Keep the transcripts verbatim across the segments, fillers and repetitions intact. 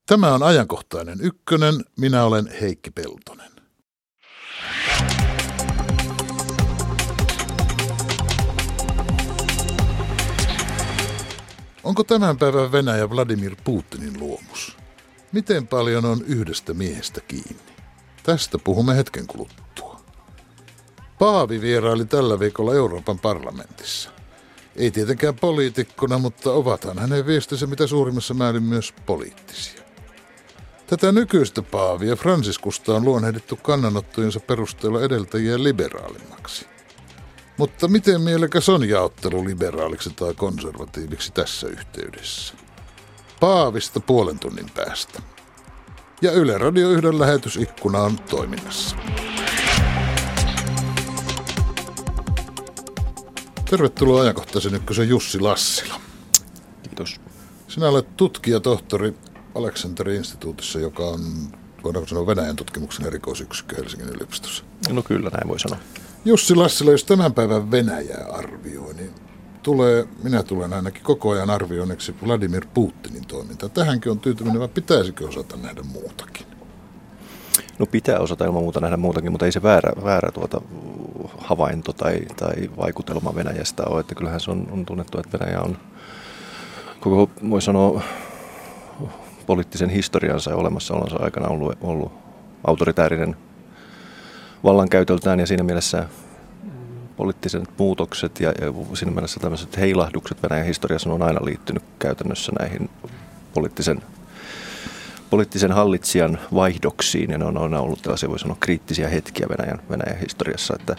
Tämä on ajankohtainen ykkönen. Minä olen Heikki Peltonen. Onko tämän päivän Venäjä Vladimir Putinin luomus? Miten paljon on yhdestä miehestä kiinni? Tästä puhumme hetken kuluttua. Paavi vieraili tällä viikolla Euroopan parlamentissa. Ei tietenkään poliitikkona, mutta ovathan hänen viestinsä mitä suurimmassa määrin myös poliittisia. Tätä nykyistä paavia Franciscusta on luonnehdittu kannanottojensa perusteella edeltäjiä liberaalimmaksi. Mutta miten mielekäs on jaottelu liberaaliksi tai konservatiiviksi tässä yhteydessä? Paavista puolen tunnin päästä. Ja Yle Radio yhden lähetysikkuna on toiminnassa. Tervetuloa ajankohtaisen ykkösen Jussi Lassila. Kiitos. Sinä olet tutkijatohtori Aleksanter-instituutissa, joka on, voidaanko sanoa, Venäjän tutkimuksen erikoisyksikkö Helsingin yliopistossa. No kyllä, näin voi sanoa. Jussi Lassila, jos tämän päivän Venäjää arvioi, niin tulee, minä tulen ainakin koko ajan arvioinneksi Vladimir Putinin toiminta. Tähänkin on tyytyminen, vai pitäisikö osata nähdä muutakin? No pitää osata ilman muuta nähdä muutakin, mutta ei se väärä, väärä tuota havainto tai, tai vaikutelma Venäjästä ole. Että kyllähän se on, on tunnettu, että Venäjä on koko, voi sanoa, poliittisen historiansa ja olemassaolonsa aikana ollut, ollut autoritäärinen vallankäytöltään, ja siinä mielessä poliittiset muutokset ja, ja siinä mielessä tämmöiset heilahdukset Venäjän historiassa on aina liittynyt käytännössä näihin poliittisen, poliittisen hallitsijan vaihdoksiin, ja ne on aina ollut tällaisia, voi sanoa, kriittisiä hetkiä Venäjän, Venäjän historiassa. Että,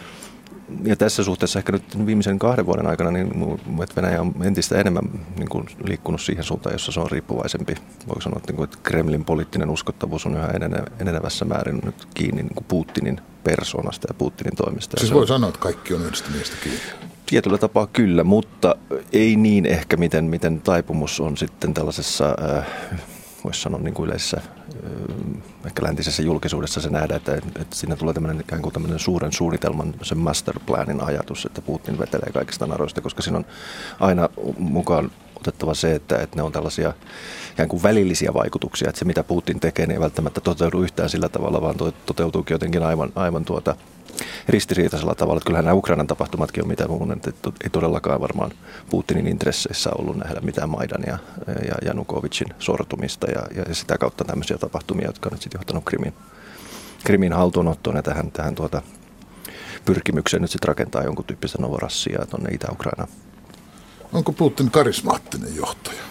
ja tässä suhteessa ehkä nyt viimeisen kahden vuoden aikana niin Venäjä on entistä enemmän niin kuin liikkunut siihen suuntaan, jossa se on riippuvaisempi. Voiko sanoa, että, että Kremlin poliittinen uskottavuus on yhä enenevässä määrin nyt kiinni niin kuin Putinin persoonasta ja Putinin toimista. Siis voi sanoa, että kaikki on yhdestä miestä kiinni. Tietyllä tapaa kyllä, mutta ei niin ehkä, miten, miten taipumus on sitten tällaisessa, äh, voisi sanoa niin kuin yleisessä, äh, ehkä läntisessä julkisuudessa se nähdään, että, että siinä tulee tämmöinen ikään kuin tämmöinen suuren suunnitelman, sen masterplanin ajatus, että Putin vetelee kaikista naroista, koska siinä on aina mukaan otettava se, että, että ne on tällaisia ikään kuin välillisiä vaikutuksia, että se mitä Putin tekee niin ei välttämättä toteudu yhtään sillä tavalla, vaan toteutuukin jotenkin aivan, aivan tuota ristiriitaisella tavalla. Että kyllähän nämä Ukrainan tapahtumatkin on mitä muun, että ei todellakaan varmaan Putinin intresseissä ollut nähdä mitään Maidania ja Janukovicin sortumista ja, ja sitä kautta tämmöisiä tapahtumia, jotka on nyt sitten johtanut Krimin, Krimin haltuunottoon ja tähän, tähän tuota pyrkimykseen nyt sitten rakentaa jonkun tyyppistä Novorassia tuonne Itä-Ukrainaan. Onko Putin karismaattinen johtaja?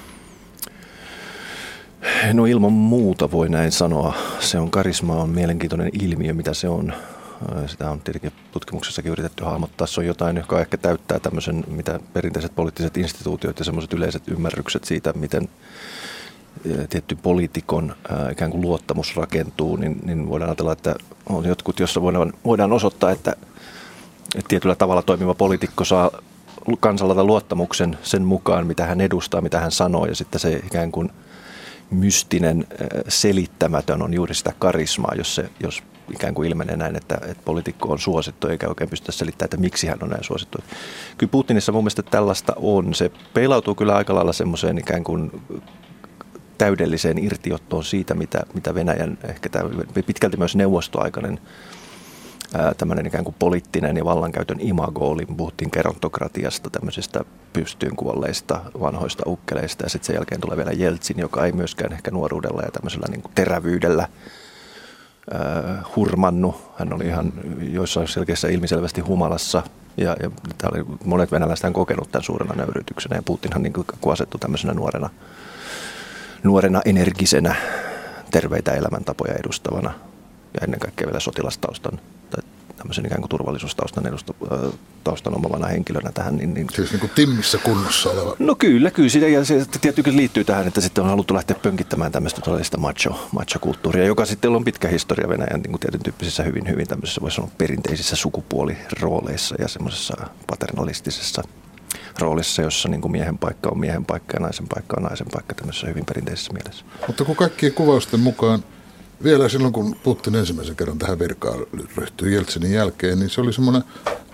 No ilman muuta voi näin sanoa. Se on, karisma on mielenkiintoinen ilmiö, mitä se on. Sitä on tietenkin tutkimuksessakin yritetty hahmottaa. Se on jotain, joka ehkä täyttää tämmöisen, mitä perinteiset poliittiset instituutiot ja semmoiset yleiset ymmärrykset siitä, miten tietty poliitikon ikään kuin luottamus rakentuu, niin, niin voidaan ajatella, että on jotkut, jossa voidaan, voidaan osoittaa, että, että tietyllä tavalla toimiva poliitikko saa kansalta luottamuksen sen mukaan, mitä hän edustaa, mitä hän sanoo, ja sitten se ikään kuin mystinen, selittämätön on juuri sitä karismaa, jos, se, jos ikään kuin ilmenee näin, että, että poliitikko on suosittu, eikä oikein pystytä selittämään, että miksi hän on näin suosittu. Kyllä Putinissa mun mielestä tällaista on. Se peilautuu kyllä aika lailla semmoiseen ikään kuin täydelliseen irtiottoon siitä, mitä, mitä Venäjän, ehkä tämä, pitkälti myös neuvostoaikainen tämmöinen ikään kuin poliittinen ja vallankäytön imago oli. Puhuttiin gerontokratiasta, tämmöisistä pystyyn kuolleista vanhoista ukkeleista, ja sitten sen jälkeen tulee vielä Jeltsin, joka ei myöskään ehkä nuoruudella ja tämmöisellä niin kuin terävyydellä äh, hurmannut. Hän oli ihan joissain selkeissä ilmiselvästi humalassa, ja, ja oli, monet venäläiset hän kokenut tämän suurena nöyryytyksenä, ja Putinhan niin kuin asettui tämmöisenä nuorena, nuorena energisenä, terveitä elämäntapoja edustavana, ja ennen kaikkea vielä sotilastaustan tai tämmöisen ikään kuin turvallisuustaustan edusta, taustan omavana henkilönä tähän. Niin, niin siis niin kuin timmissä kunnossa oleva. No kyllä, kyllä. Sitä, ja se tietysti liittyy tähän, että sitten on haluttu lähteä pönkittämään tämmöistä todellista macho, macho-kulttuuria, joka sitten on pitkä historia Venäjän niin kuin tietyn tyyppisissä hyvin, hyvin tämmöisissä, voisi sanoa, perinteisissä sukupuolirooleissa ja semmoisessa paternalistisessa roolissa, jossa niin kuin miehen paikka on miehen paikka ja naisen paikka on naisen paikka tämmöisessä hyvin perinteisessä mielessä. Mutta kun kaikkien kuvausten mukaan vielä silloin, kun Putin ensimmäisen kerran tähän virkaan ryhtyi Jeltsinin jälkeen, niin se oli semmoinen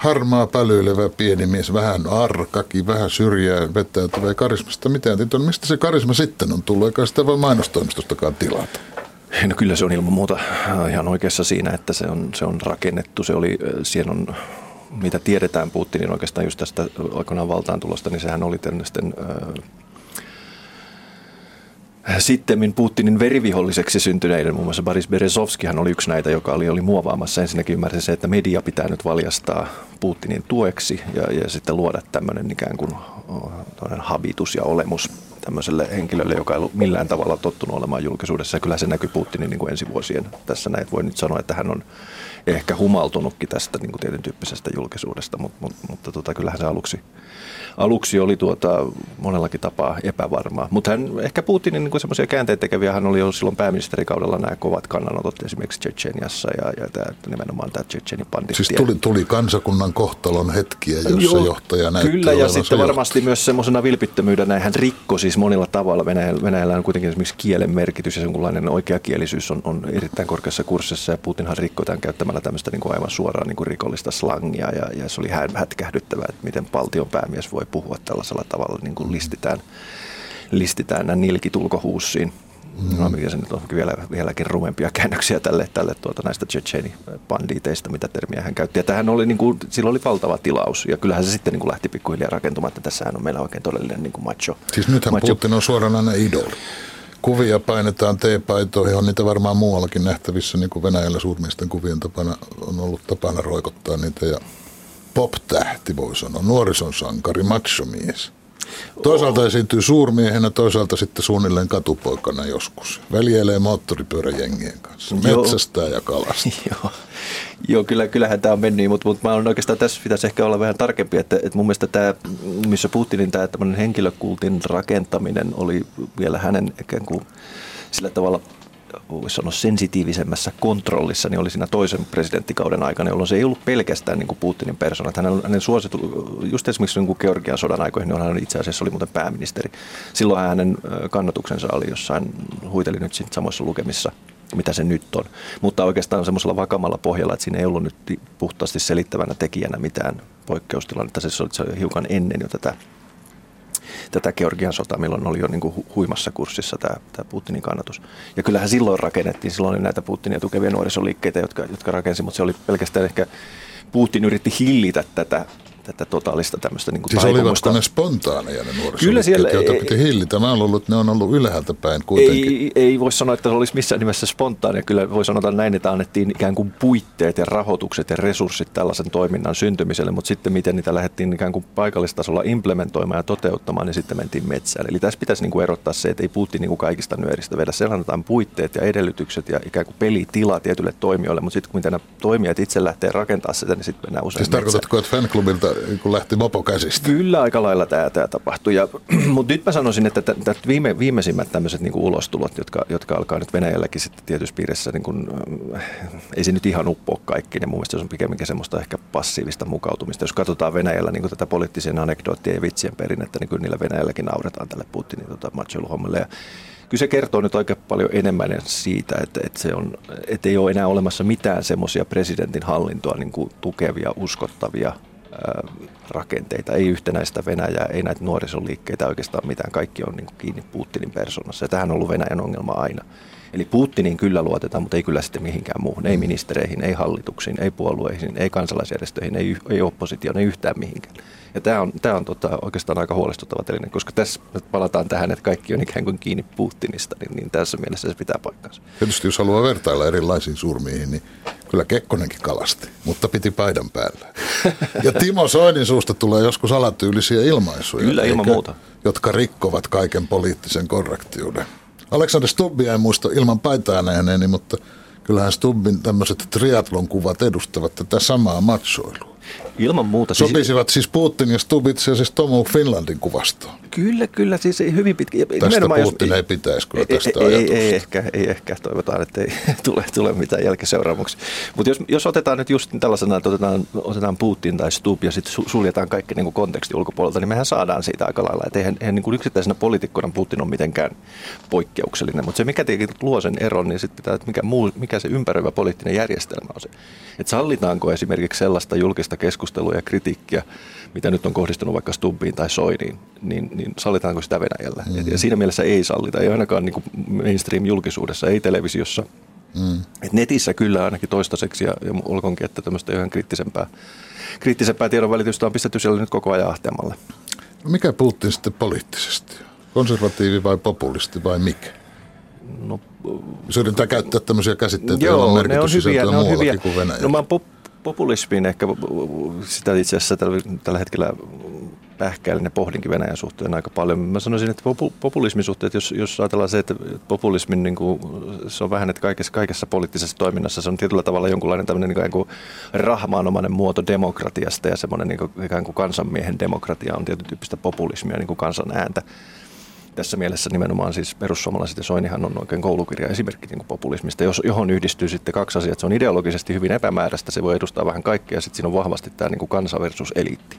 harmaa, pälyilevä pieni mies, vähän arkakin, vähän syrjää vetäytyvä karismasta. Mitään tietoa, mistä se karisma sitten on tullut, eikä sitä voi mainostoimistostakaan tilata. No kyllä se on ilman muuta ihan oikeassa siinä, että se on, se on rakennettu. Se oli, siihen on, mitä tiedetään Putinin oikeastaan just tästä aikoinaan valtaantulosta, niin sehän oli tämmöisten sittemmin Putinin veriviholliseksi syntyneiden, muun muassa Boris Berezovskihan oli yksi näitä, joka oli, oli muovaamassa. Ensinnäkin ymmärsi se, että media pitää nyt valjastaa Putinin tueksi ja, ja sitten luoda tämmöinen ikään kuin habitus ja olemus tämmöiselle henkilölle, joka ei ollut millään tavalla tottunut olemaan julkisuudessa. Ja kyllä se näkyy Putinin niin kuin ensi vuosien tässä näin. Voi nyt sanoa, että hän on ehkä humaltunutkin tästä niin kuin tietyn tyyppisestä julkisuudesta, mutta, mutta, mutta tota, kyllähän se aluksi, aluksi oli tuota, monellakin tapaa epävarmaa. Mutta hän, ehkä Putinin niin semmoisia käänteitä tekeviä, hän oli ollut silloin pääministerikaudella nämä kovat kannanotot esimerkiksi Tšetšeniassa ja, ja tämä, nimenomaan tämä Tšetšenin banditti. Siis tuli, tuli kansakunnan kohtalon hetkiä, jossa Joo, johtaja näytti kyllä, ja sitten se varmasti myös semmoisena vilpittömyydenä hän rikko siis monilla tavalla. Venäjällä, Venäjällä on kuitenkin esimerkiksi kielen merkitys ja jonkunlainen oikeakielisyys on, on erittäin korkeassa kurssissa ja Putinhan rikkoi tämän käyttämällä tämmöistä niin kuin aivan suoraan niin kuin rikollista slangia ja, ja se oli hätkähdyttävää, että miten valtion päämies voi puhua tällaisella tavalla, niin kuin listitään, listitään nämä nilkit ulkohuussiin. Mm. No, mikä se nyt on vielä, vieläkin rumempia käännöksiä tälle, tälle tuota, näistä Tšetšeni-bandiiteista, mitä termiä hän käytti. Ja tämähän oli, niin kuin, sillä oli valtava tilaus ja kyllähän se sitten niin kuin lähti pikkuhiljaa rakentumaan, että tässähän on meillä oikein todellinen niin kuin macho. Siis nythän macho. Putin on suoranainen idoli. Kuvia painetaan teepaitoihin, on niitä varmaan muuallakin nähtävissä, niin kuin Venäjällä suurmiesten kuvien tapana on ollut tapana roikottaa niitä. Ja pop-tähti voi sanoa, nuorison sankari, machomies. Toisaalta esiintyy suurmiehenä, toisaalta sitten suunnilleen katupoikana joskus. Väljeilee moottoripyöräjengien kanssa, metsästää ja kalastaa. Joo, Joo kyllä, kyllähän tämä on mennyt, mutta, mutta mä olen oikeastaan tässä pitäisi ehkä olla vähän tarkempi, että, että mun mielestä tämä, missä Putinin tämä tämmöinen henkilökultin rakentaminen oli vielä hänen ikään kuin sillä tavalla, voisi sanoa sensitiivisemmässä kontrollissa, niin oli siinä toisen presidenttikauden aikana, jolloin se ei ollut pelkästään niin kuin Putinin persona. Hänen, hänen suositu, just esimerkiksi niin kuin Georgian sodan aikoihin, niin hän itse asiassa oli muuten pääministeri. Silloin hänen kannatuksensa oli jossain, huiteli nyt siinä samoissa lukemissa, mitä se nyt on. Mutta oikeastaan semmoisella vakamalla pohjalla, että siinä ei ollut nyt puhtaasti selittävänä tekijänä mitään poikkeustilannetta. Se oli, se oli hiukan ennen jo tätä tätä Georgian sotaa, milloin oli jo niin kuin huimassa kurssissa tämä, tämä Putinin kannatus. Ja kyllähän silloin rakennettiin, silloin oli näitä Putinia tukevia nuorisoliikkeitä, jotka, jotka rakensi, mutta se oli pelkästään ehkä, Putin yritti hillitä tätä, tätä totaalista tämmöistä niin kuin siis taipumusta. Olivatko ne spontaaneja ne nuorisoliikkeet, joita ei, piti hillitä? Mä olen luullut, että ne on ollut ylhäältä päin kuitenkin. Ei, ei voi sanoa, että se olisi missään nimessä spontaania. Kyllä voi sanoa näin, että annettiin ikään kuin puitteet ja rahoitukset ja resurssit tällaisen toiminnan syntymiselle, mutta sitten miten niitä lähdettiin ikään kuin paikallistasolla implementoimaan ja toteuttamaan, niin sitten mentiin metsään. Eli tässä pitäisi niin kuin erottaa se, että ei Putin niin kuin kaikista nyöristä vedä. Siellä annetaan puitteet ja edellytykset ja ikään kuin pelitila tietyille toimijoille, mutta sitten kun mitä nämä toimijat itse lähtee rakentamaan sitä, niin sitten mennään usein siis tarkoitatko, että fanklubilta lähti mopo käsistä? Kyllä aika lailla tämä, tämä tapahtui. Mutta nyt mä sanoisin, että t- t- viime, viimeisimmät tämmöiset niin kuin ulostulot, jotka, jotka alkaa nyt Venäjälläkin sitten tietyissä piirissä, niin kuin, äh, ei se nyt ihan uppoa kaikkiin. Ja mun mielestä se on pikemminkin semmoista ehkä passiivista mukautumista. Jos katsotaan Venäjällä niin kuin tätä poliittisen anekdoottien ja vitsien perinnettä, niin kyllä niillä Venäjälläkin nauretaan tälle Putinin tota, machoiluhommalle. Ja kyllä se kertoo nyt oikein paljon enemmän siitä, että, että, se on, että ei ole enää olemassa mitään semmoisia presidentin hallintoa niin kuin tukevia, uskottavia rakenteita, ei yhtenäistä Venäjää, ei näitä nuorisoliikkeitä oikeastaan mitään, kaikki on niin kuin kiinni Putinin persoonassa ja tähän on ollut Venäjän ongelma aina. Eli Putiniin kyllä luotetaan, mutta ei kyllä sitten mihinkään muuhun, ei ministereihin, ei hallituksiin, ei puolueihin, ei kansalaisjärjestöihin, ei, ei oppositioon, ei yhtään mihinkään. Ja tämä on, tämä on tota, oikeastaan aika huolestuttava tilanne, koska tässä palataan tähän, että kaikki on ikään kuin kiinni Putinista, niin, niin tässä mielessä se pitää paikkansa. Tietysti jos haluaa vertailla erilaisiin suurmiihin, niin kyllä Kekkonenkin kalasti, mutta piti paidan päällä. Ja Timo Soinin suusta tulee joskus alatyylisiä ilmaisuja, kyllä, ilman muuta, jotka rikkovat kaiken poliittisen korrektiuden. Alexander Stubbia en muista ilman paitaa nähneeni, mutta kyllähän Stubbin tämmöiset triathlon kuvat edustavat tätä samaa machoilua. Ilman muuta. Sopisivat siis Putin ja Stubb itse asiassa Tomu Finlandin kuvastoon. Kyllä, kyllä, siis hyvin pitkä. Tästä Putin jos, ei pitäisi kyllä tästä ei, ajatusta. Ei, ei, ehkä, ei ehkä, toivotaan, että ei tule, tule mitään jälkiseuraamuksia. Mutta jos, jos otetaan nyt just tällaisena, että otetaan, otetaan Putin tai Stubb ja sitten suljetaan kaikki niin kuin kontekstin ulkopuolelta, niin mehän saadaan siitä aika lailla. Että eihän, eihän niin kuin yksittäisenä poliitikkona Putin ole mitenkään poikkeuksellinen. Mutta se, mikä tietenkin luo sen eron, niin sitten pitää, että mikä, muu, mikä se ympäröivä poliittinen järjestelmä on se. Että sallitaanko esimerkiksi sellaista julkista poliittista keskustelua ja kritiikkiä, mitä nyt on kohdistunut vaikka Stubbiin tai Soiniin, niin, niin sallitaanko sitä Venäjällä? Mm. Ja siinä mielessä ei sallita, ei ainakaan niin kuin mainstream-julkisuudessa, ei televisiossa. Mm. Et netissä kyllä ainakin toistaiseksi, ja, ja olkoonkin, että tämmöistä ihan kriittisempää, kriittisempää tiedonvälitystä on pistetty siellä nyt koko ajan ahteemalle. No mikä Putin sitten poliittisesti? Konservatiivi vai populisti vai mikä? No, jos yritetään käyttää tämmöisiä käsitteitä, joo, joilla on ne on hyviä, ne on hyviä. Kuin Venäjällä. No mä pop, populismiin ehkä sitä itse asiassa tällä, tällä hetkellä pähkäilen ja pohdinkin Venäjän suhteen aika paljon. Mä sanoisin, että populismin suhteen, että jos, jos ajatellaan se, että populismin niin kuin, se on vähän, että kaikessa, kaikessa poliittisessa toiminnassa se on tietyllä tavalla jonkunlainen tämmöinen niin kuin rahmaanomainen muoto demokratiasta ja semmoinen niin kuin, ikään kuin kansanmiehen demokratia on tietyn tyyppistä populismia, niin kuin kansan ääntä. Tässä mielessä nimenomaan siis perussuomalaiset ja Soinihan on oikein koulukirja esimerkki niin kuin populismista, johon yhdistyy sitten kaksi asiaa. Se on ideologisesti hyvin epämääräistä, se voi edustaa vähän kaikkea ja sitten siinä on vahvasti tämä niin kuin kansa versus eliitti.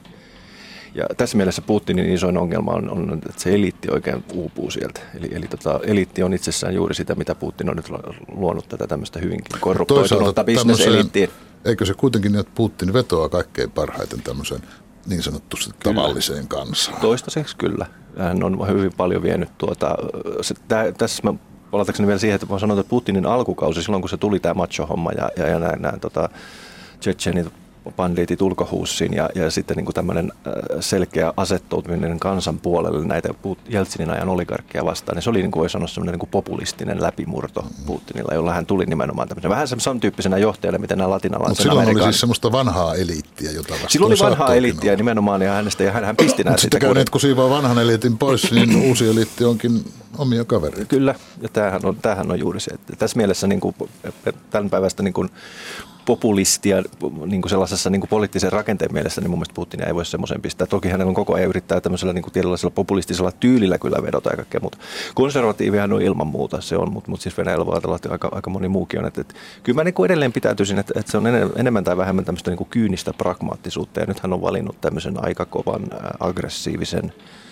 Ja tässä mielessä Putinin isoin ongelma on, on että se eliitti oikein uupuu sieltä. Eli, eli tota, eliitti on itsessään juuri sitä, mitä Putin on nyt luonut tätä tämmöistä hyvinkin korruptoitunutta bisneseliittiin. Eikö se kuitenkin niin, että Putin vetoaa kaikkein parhaiten tämmöiseen niin sanottusti tavalliseen kansaan? Toistaiseksi kyllä. Hän on hyvin paljon vienyt tuota, se, tää, tässä mä palatakseni vielä siihen, että mä sanon, että Putinin alkukausi, silloin kun se tuli tämä macho-homma ja, ja, ja nämä, nämä tota, Tšetšenit, bandiitit ulkohuussiin ja, ja sitten niin kuin tämmöinen selkeä asettautuminen kansan puolelle näitä Jeltsinin ajan oligarkkeja vastaan, niin se oli, niin kuin voi sanoa, semmoinen niin kuin populistinen läpimurto Putinilla, jolla hän tuli nimenomaan tämmöisen vähän samantyyppisenä johtajana, miten nämä latinalaisen Mutta silloin Amerikan... oli siis semmoista vanhaa eliittiä, jota vastaan silloin oli vanhaa eliittiä ollut. Nimenomaan, ja hänestä, ja hän, hän pisti näitä. Mutta sitten käyneet, kun siivaa vanhan eliitin pois, niin uusi eliitti onkin omia kavereita. Kyllä, ja tämähän on, tämähän on juuri se. Että tässä mielessä niin kuin, tämän päivästä niin kuin populistia niin kuin sellaisessa niin kuin poliittisen rakenteen mielessä, niin mun mielestä Putinia ei voi semmoisen pistää. Toki hänellä on koko ajan yrittää tämmöisellä niin kuin tietynlaisella populistisella tyylillä kyllä vedota ja kaikkea, mutta konservatiivihan on ilman muuta se on, mutta, mutta siis Venäjällä voi ajatella, että aika, aika moni muukin on. Että, että kyllä mä niin kuin edelleen pitäytyisin, että, että se on enemmän tai vähemmän tämmöistä niin kuin kyynistä pragmaattisuutta ja nyt hän on valinnut tämmöisen aika kovan aggressiivisen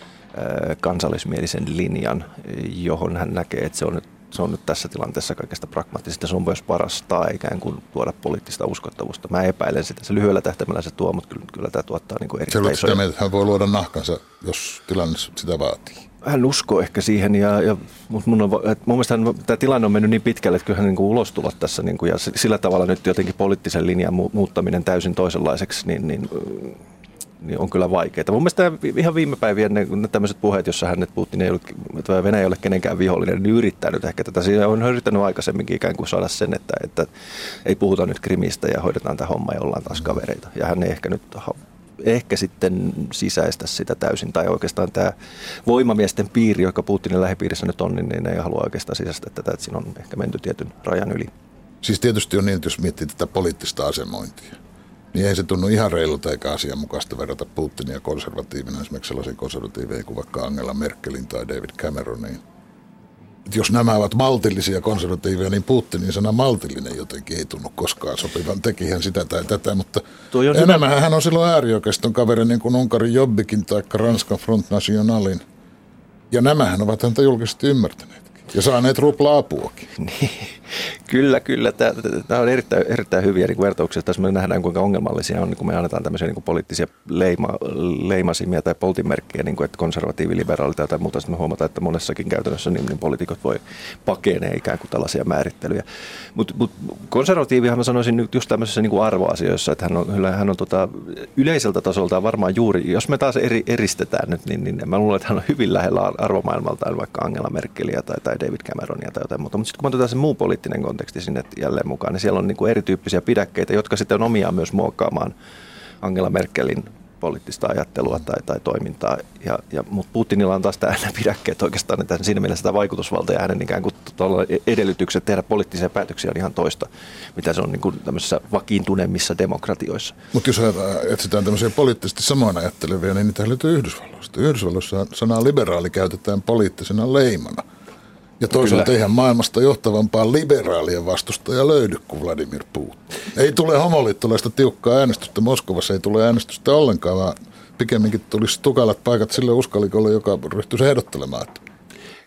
kansallismielisen linjan, johon hän näkee, että se on nyt Se on nyt tässä tilanteessa kaikesta pragmaattisesti. Se on myös parasta ikään kuin tuoda poliittista uskottavuutta. Mä epäilen sitä. Se lyhyellä tähtäimellä se tuo, mutta kyllä, kyllä tämä tuottaa niin kuin erittäin isoja. Sitä mieltä, että hän voi luoda nahkansa, jos tilanne sitä vaatii. Hän uskoo ehkä siihen, ja, ja, mutta mun, on, että mun mielestä hän, tämä tilanne on mennyt niin pitkälle, että kyllä hän niin kuin ulostuvat tässä. Niin kuin, ja sillä tavalla nyt jotenkin poliittisen linjan muuttaminen täysin toisenlaiseksi, niin, niin niin on kyllä vaikeaa. Mun mielestä ihan viime päivien ne, ne tämmöiset puheet, jossa hän, että Putin ei ole, että Venäjä ei ole kenenkään vihollinen, niin yrittää nyt ehkä tätä. Siinä on yrittänyt aikaisemminkin ikään kuin saada sen, että, että ei puhuta nyt Krimistä ja hoidetaan tämä homma ja ollaan taas kavereita. Ja hän ei ehkä nyt ehkä sitten sisäistä sitä täysin. Tai oikeastaan tämä voimamiesten piiri, joka Putinin lähipiirissä nyt on, niin ei halua oikeastaan sisäistä tätä, että siinä on ehkä menty tietyn rajan yli. Siis tietysti on niin, että jos miettii tätä poliittista asemointia, niin ei se tunnu ihan reilulta eikä asianmukaista verrata Putinia konservatiivina, esimerkiksi sellaisiin konservatiiveihin kuin vaikka Angela Merkelin tai David Cameroniin. Et jos nämä ovat maltillisia konservatiiveja, niin Putinin sana maltillinen jotenkin ei tunnu koskaan sopivan. Tekihän sitä tai tätä, mutta enemmän hyvä. Hän on silloin äärioikeiston kaveri, niin kuin Unkarin Jobbikin tai Ranskan Front Nationalin. Ja nämähän ovat häntä julkisesti ymmärtäneet. Ja saaneet rupla-apuakin. Niin, kyllä, kyllä. Tämä on erittäin, erittäin hyviä niin vertauksia. Tässä me nähdään, kuinka ongelmallisia on, niin kun me annetaan tämmöisiä niin kuin poliittisia leima, leimasimia tai poltinmerkkejä, niin kuin, että konservatiivi, liberaali tai muuta. Sitten me huomataan, että monessakin käytännössä niin, niin poliitikot voi pakenee ikään kuin tällaisia määrittelyjä. Mutta mut, konservatiivihan mä sanoisin nyt just tämmöisissä niin kuin arvoasioissa, että hän on, hän on tota, yleiseltä tasolta varmaan juuri, jos me taas eri, eristetään nyt, niin, niin mä luulen, että hän on hyvin lähellä arvomaailmaltaan vaikka Angela Merkeliä tai, tai David Cameronia tai jotain muuta. Mutta sitten kun me otetaan se muu poliittinen konteksti sinne jälleen mukaan, niin siellä on niin kuin erityyppisiä pidäkkeitä, jotka sitten on omiaan myös muokkaamaan Angela Merkelin poliittista ajattelua tai, tai toimintaa. Ja, ja, mutta Putinilla on taas tämä pidäkkeet oikeastaan, että siinä mielessä tämä vaikutusvalta ja hänen ikään kuin edellytykset tehdä poliittisia päätöksiä on ihan toista, mitä se on niin kuin tämmöisissä vakiintuneemmissa demokratioissa. Mutta jos etsitään tämmöisiä poliittisesti samoin ajattelevia, niin niitä löytyy Yhdysvalloista. Yhdysvalloissa sanaa liberaali käytetään poliittisena leimana. Ja toisaalta eihän maailmasta johtavampaa liberaalien vastustajaa löydy kuin Vladimir Putin. Ei tule homoliittolaista tiukkaa äänestystä Moskovassa, ei tule äänestystä ollenkaan, vaan pikemminkin tulisi tukalat paikat sille uskalikolle, joka ryhtyisi ehdottelemaan.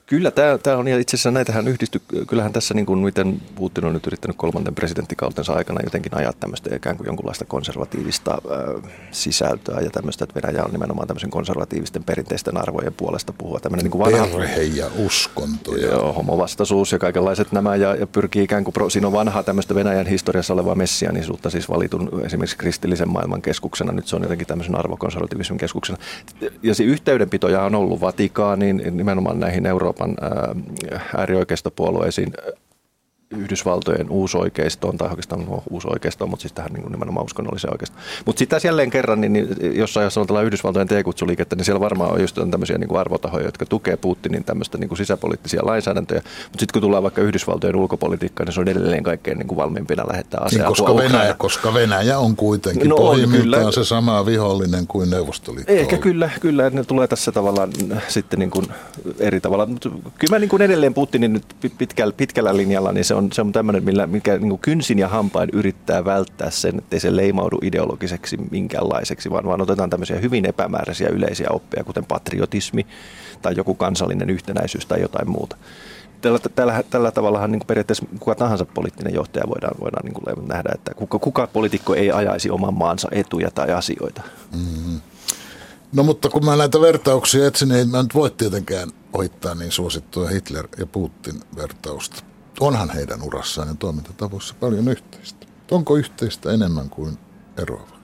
Kyllä tämä, tämä on, ja itse asiassa näitähän yhdisty, kyllähän tässä niin kuin miten Putin on nyt yrittänyt kolmanten presidenttikautensa aikana jotenkin ajaa tämmöistä ikään kuin jonkunlaista konservatiivista äh, sisältöä ja tämmöistä, että Venäjä on nimenomaan tämmöisen konservatiivisten perinteisten arvojen puolesta puhua. Tämmöinen niin kuin vanha perhe ja uskonto. Ja joo, homovastaisuus ja kaikenlaiset nämä, ja, ja pyrkii ikään kuin, siinä on vanhaa tämmöistä Venäjän historiassa olevaa messianisuutta, siis valitun esimerkiksi kristillisen maailman keskuksena, nyt se on jotenkin tämmöisen arvokonservatiivismin keskuksena. Ja se yhteydenpitoja on ollut Vatikaaniin, nimenomaan näihin Euroopan äärioikeistopuolueisiin, Yhdysvaltojen uusoikeistoon, tai oikeastaan no, uusoikeistoon, mutta siis tähän niin nimenomaan uskonnolliseen oikeistoon. Mutta sitten tässä jälleen kerran, niin, niin jossain jos on tällainen Yhdysvaltojen T-kutsuliikettä, niin siellä varmaan on just tämmöisiä niin kuin arvotahoja, jotka tukee Putinin tämmöistä niin kuin sisäpoliittisia lainsäädäntöjä. Mutta sitten kun tullaan vaikka Yhdysvaltojen ulkopolitiikkaan, niin se on edelleen kaikkein niin kuin valmiimpina lähettää asiaa. Niin, koska, Venäjä, koska Venäjä on kuitenkin no, pohjimmiltaan on, se sama vihollinen kuin Neuvostoliitto. Ehkä kyllä, kyllä, ne tulee tässä tavallaan sitten niin kuin eri tavalla. Mutta kyllä mä niin kuin edelleen Putinin nyt pitkällä, pitkällä linjalla, niin se on Se on tämmöinen, millä, mikä niin kuin kynsin ja hampain yrittää välttää sen, ettei se leimaudu ideologiseksi minkäänlaiseksi, vaan, vaan otetaan tämmöisiä hyvin epämääräisiä yleisiä oppeja, kuten patriotismi tai joku kansallinen yhtenäisyys tai jotain muuta. Tällä, tällä, tällä tavallahan niin kuin periaatteessa kuka tahansa poliittinen johtaja voidaan, voidaan niin kuin nähdä, että kuka, kuka poliitikko ei ajaisi oman maansa etuja tai asioita. Mm-hmm. No mutta kun mä näitä vertauksia etsin, niin mä nyt voi tietenkään ohittaa niin suosittua Hitler- ja Putin-vertausta. Onhan heidän urassaan ja toimintatavoissa paljon yhteistä. Onko yhteistä enemmän kuin eroavat?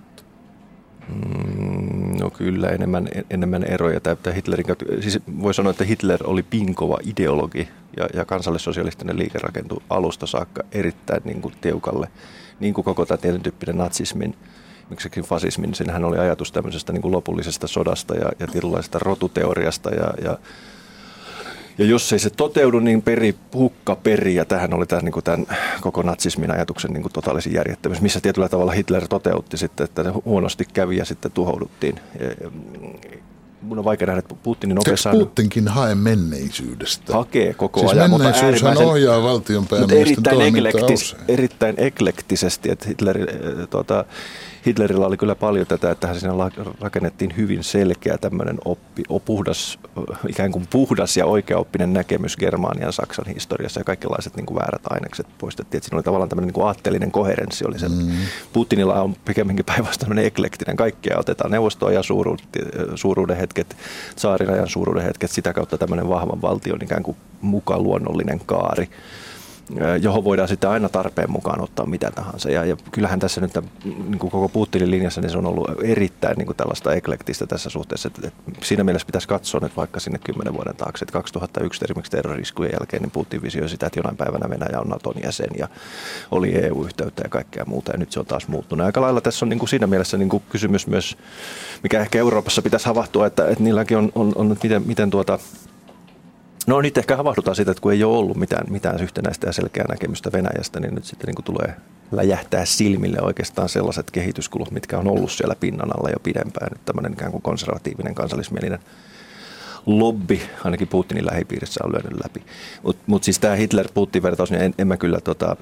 Mm, no kyllä enemmän, enemmän eroja. Tämä Hitlerin, siis voi sanoa, että Hitler oli pinkova ideologi ja, ja kansallissosialistinen liike rakentui alusta saakka erittäin niin kuin tiukalle. Niin kuin koko tämä tietyn tyyppinen natsismin, miksikin fasismin, siinähän oli ajatus tämmöisestä niin kuin lopullisesta sodasta ja, ja tietynlaisesta rotuteoriasta ja, ja Ja jos ei se toteudu, niin peri, hukka peri, ja tämähän oli tämän, niin kuin tämän koko natsismin ajatuksen niin kuin totaalisin järjettämyys, missä tietyllä tavalla Hitler toteutti sitten, että huonosti kävi ja sitten tuhouduttiin. Ja, mun on vaikea nähdä, että Putinin oikeastaan... Eikö Putinkin hae menneisyydestä? Hakee koko siis ajan, mutta äärimmäisen... ohjaa valtionpäämiesten toimintaa usein. Erittäin eklektisesti, että Hitler, tuota, Hitlerillä oli kyllä paljon tätä, että siinä rakennettiin hyvin selkeä tämmöinen oppi, puhdas, ikään kuin puhdas ja oikeaoppinen näkemys Germanian ja Saksan historiassa ja kaikenlaiset niin kuin väärät ainekset poistettiin. Että siinä oli tavallaan tämmöinen niin kuin aatteellinen koherenssi. Oli mm. Putinilla on pikemminkin päinvastoin eklektinen. Kaikkea otetaan neuvostoajan suuruuden hetket, tsaarinajan suuruuden hetket, sitä kautta tämmöinen vahvan valtion ikään kuin mukaan luonnollinen kaari, johon voidaan sitten aina tarpeen mukaan ottaa mitä tahansa. Ja, ja kyllähän tässä nyt niin kuin koko Putinin linjassa niin se on ollut erittäin niin kuin tällaista eklektistä tässä suhteessa. Että, että siinä mielessä pitäisi katsoa nyt vaikka sinne kymmenen vuoden taakse. Että kaksituhattayksi esimerkiksi terroriskujen jälkeen niin Putin visioi sitä, että jonain päivänä Venäjä on Naton jäsen ja oli E U-yhteyttä ja kaikkea muuta. Ja nyt se on taas muuttunut. Aika lailla tässä on niin kuin siinä mielessä niin kuin kysymys myös, mikä ehkä Euroopassa pitäisi havahtua, että, että niilläkin on, on, on miten, miten tuota... No nyt ehkä havahdutaan siitä, että kun ei ole ollut mitään, mitään yhtenäistä ja selkeää näkemystä Venäjästä, niin nyt sitten niin kuin tulee läjähtää silmille oikeastaan sellaiset kehityskulut, mitkä on ollut siellä pinnan alla jo pidempään. Nyt tämmöinen ikään kuin konservatiivinen, kansallismielinen lobby, ainakin Putinin lähipiirissä on lyönyt läpi. Mutta mut siis tämä Hitler-Putin-vertaus, niin en, en mä kyllä... Tota,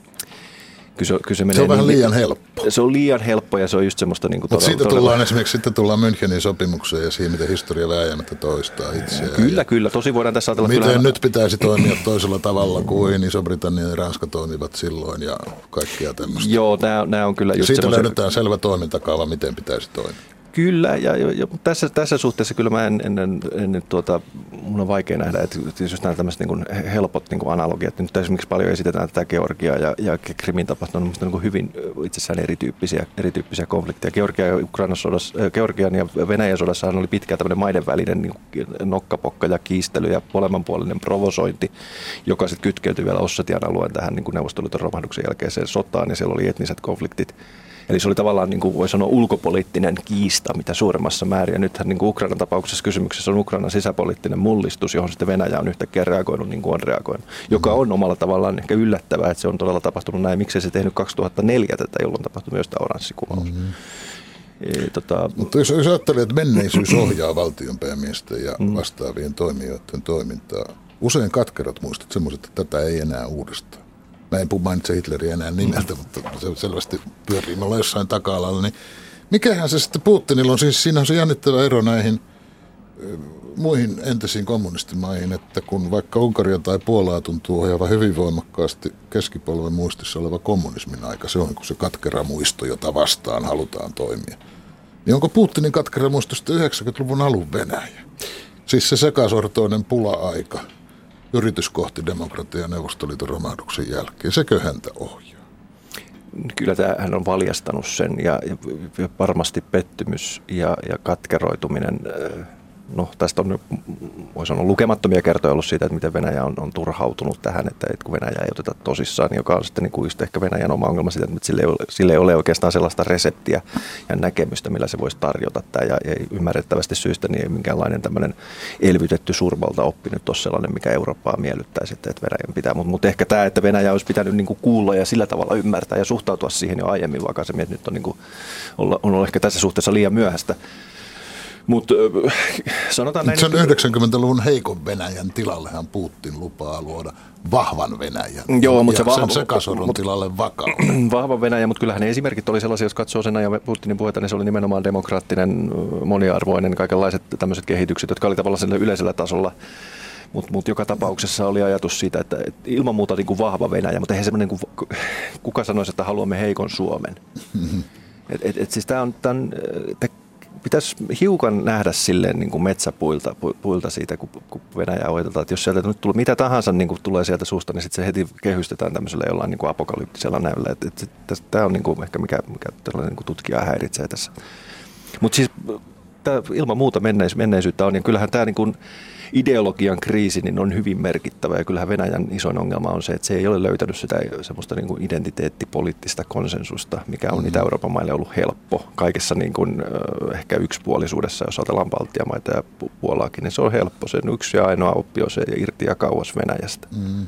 Kyllä se, kyllä se, se on vähän niin, liian helppo. Se on liian helppo ja se on just semmoista... Niin Mutta siitä tullaan todella... esimerkiksi sitten tullaan Münchenin sopimukseen ja siihen, miten historia vääjäämättä toistaa itseään. Kyllä, ja kyllä. Tosi voidaan tässä ajatella... Miten kyllähän... nyt pitäisi toimia toisella tavalla kuin Iso-Britannia ja Ranska toimivat silloin ja kaikkea tämmöistä. Joo, nämä on kyllä just siitä semmoisia... löydetään selvä toimintakaava, miten pitäisi toimia. Kyllä, ja, ja, ja tässä, tässä suhteessa kyllä mä en, en, en, en tuota, mun on vaikea nähdä, että just nämä tämmöiset niin helpot niin analogiat, nyt esimerkiksi paljon esitetään tätä Georgiaa ja, ja Krimin tapahtunut on niin hyvin itsessään erityyppisiä, erityyppisiä konflikteja. Georgia ja Ukrainan sodassa, Georgian ja Venäjän sodassahan oli pitkään tämmöinen maiden välinen niin nokkapokka ja kiistely ja molemmanpuolinen provosointi, joka sitten kytkeytyi vielä Ossetian alueen tähän niin Neuvostoliiton romahduksen jälkeiseen sotaan, ja siellä oli etniset konfliktit. Eli se oli tavallaan, niin kuin voi sanoa, ulkopoliittinen kiista mitä suuremmassa määrin. Ja nythän niin kuin Ukrainan tapauksessa kysymyksessä on Ukrainan sisäpoliittinen mullistus, johon sitten Venäjä on yhtäkkiä reagoinut niin kuin on reagoinut. Joka on omalla tavallaan ehkä yllättävää, että se on todella tapahtunut näin. Miksei se tehnyt kaksituhattaneljä tätä, jolloin tapahtui myös tämä oranssikuvaus. Mm-hmm. E, tota... Mutta jos, jos ajattelee, että menneisyys ohjaa valtionpäämiesten ja vastaavien toimijoiden toimintaa, usein katkerat muistat semmoiset, että tätä ei enää uudestaan. Mä en mainitse Hitleriä enää nimeltä, mutta se selvästi pyörii mulla jossain taka-alalla. Niin mikähän se sitten Putinilla on? Siis siinä on se jännittävä ero näihin muihin entisiin kommunistimaihin, että kun vaikka Unkaria tai Puolaa tuntuu ohjaavan hyvin voimakkaasti keskipolven muistissa oleva kommunismin aika, se on se katkera muisto, jota vastaan halutaan toimia. Niin onko Putinin katkera muisto sitten yhdeksänkymmentäluvun alun Venäjä? Siis se sekasortoinen pula-aika, yritys kohti demokratiaa ja Neuvostoliiton romahduksen jälkeen, sekö häntä ohjaa? Kyllä tämä, hän on valjastanut sen ja, ja varmasti pettymys ja, ja katkeroituminen. No tästä on, voi sanoa, lukemattomia kertoja ollut siitä, että miten Venäjä on, on turhautunut tähän, että, että kun Venäjä ei oteta tosissaan, joka on sitten niin kuin just ehkä Venäjän oma ongelma siitä, että sille ei, ole, sille ei ole oikeastaan sellaista reseptiä ja näkemystä, millä se voisi tarjota tämä. Ja, ja ymmärrettävästi syystä niin ei minkäänlainen tämmöinen elvytetty suurvalta oppi nyt ole sellainen, mikä Eurooppaa miellyttäisi, että, että Venäjän pitää. Mutta mut ehkä tämä, että Venäjä olisi pitänyt niin kuin kuulla ja sillä tavalla ymmärtää ja suhtautua siihen jo aiemmin vakaisemmin, että nyt on, niin kuin, on, on ehkä tässä suhteessa liian myöhäistä. Mutta sanotaan näin. Sen yhdeksänkymmentäluvun heikon Venäjän tilallehan Putin lupaa luoda vahvan Venäjän. Joo, mutta ja se vahva, sen sekasorron mut, tilalle vakauden. Vahvan Venäjän, mutta kyllähän ne esimerkit oli sellaisia, jos katsoo sen ajan Putinin puheita, niin se oli nimenomaan demokraattinen, moniarvoinen, kaikenlaiset tämmöiset kehitykset, jotka oli tavallaan sillä yleisellä tasolla. Mutta mut joka tapauksessa oli ajatus siitä, että et ilman muuta niin kuin vahva Venäjä, mutta eihän semmoinen, kuka sanoisi, että haluamme heikon Suomen. Mm-hmm. Et, et, et siis tämä on, tämän, pitäisi hiukan nähdä silleen niin kuin metsäpuilta puilta siitä, kun, kun Venäjä ohjatetaan. Että jos sieltä nyt tulee mitä tahansa niin kuin tulee sieltä suusta, niin sitten se heti kehystetään tämmöisellä jollain niin kuin apokalyptisella näyllä. Et, et, et, tämä on niin kuin ehkä mikä, mikä tällainen niin kuin tutkijaa häiritsee tässä. Mutta siis tämä ilman muuta menneis, menneisyyttä on, ja kyllähän tämä niin kuin ideologian kriisi niin on hyvin merkittävä, ja kyllähän Venäjän isoin ongelma on se, että se ei ole löytänyt sitä semmoista niin kuin identiteettipoliittista konsensusta, mikä on mm-hmm. Itä-Euroopan maille ollut helppo. Kaikessa niin kuin, ehkä yksipuolisuudessa, jos ajatellaan Baltian maita ja Puolaakin, niin se on helppo. Sen yksi ja ainoa oppi on se irti ja kauas Venäjästä. Mm-hmm.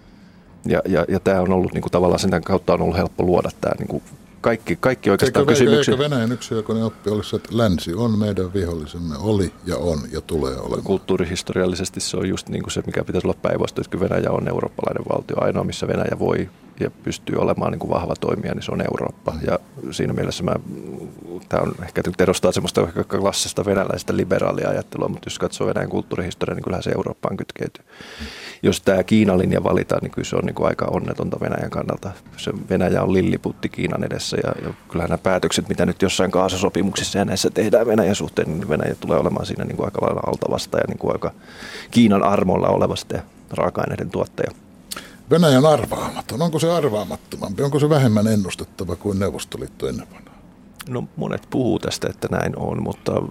Ja, ja, ja tämä on ollut niin kuin, tavallaan sen kautta on ollut helppo luoda tämä niin kuin, Kaikki, kaikki oikeastaan eikö, kysymykset. Eikö Venäjän yksijakoinen oppi olisi, että länsi on meidän vihollisemme, oli ja on ja tulee olemaan? Kulttuurihistoriallisesti se on just niin kuin se, mikä pitäisi olla päinvastoin, että Venäjä on eurooppalainen valtio. Ainoa, missä Venäjä voi ja pystyy olemaan niin kuin vahva toimija, niin se on Eurooppa. Ja siinä mielessä mä, tämä on ehkä nyt edustaa semmoista klassista venäläistä liberaalia ajattelua, mutta jos katsoo Venäjän kulttuurihistoriaa, niin kyllähän se Eurooppaan kytkeytyy. Jos tämä Kiinan linja valitaan, niin kyllä se on niin kuin aika onnetonta Venäjän kannalta. Se Venäjä on lilliputti Kiinan edessä ja, ja kyllähän nämä päätökset, mitä nyt jossain kaasusopimuksissa ja näissä tehdään Venäjän suhteen, niin Venäjä tulee olemaan siinä niin kuin aika lailla altavasta ja niin kuin aika Kiinan armoilla oleva sitten raaka-aineiden tuottaja. Venäjän arvaamaton. Onko se arvaamattomampi? Onko se vähemmän ennustettava kuin Neuvostoliitto ennen vanhaa? No monet puhuu tästä, että näin on, mutta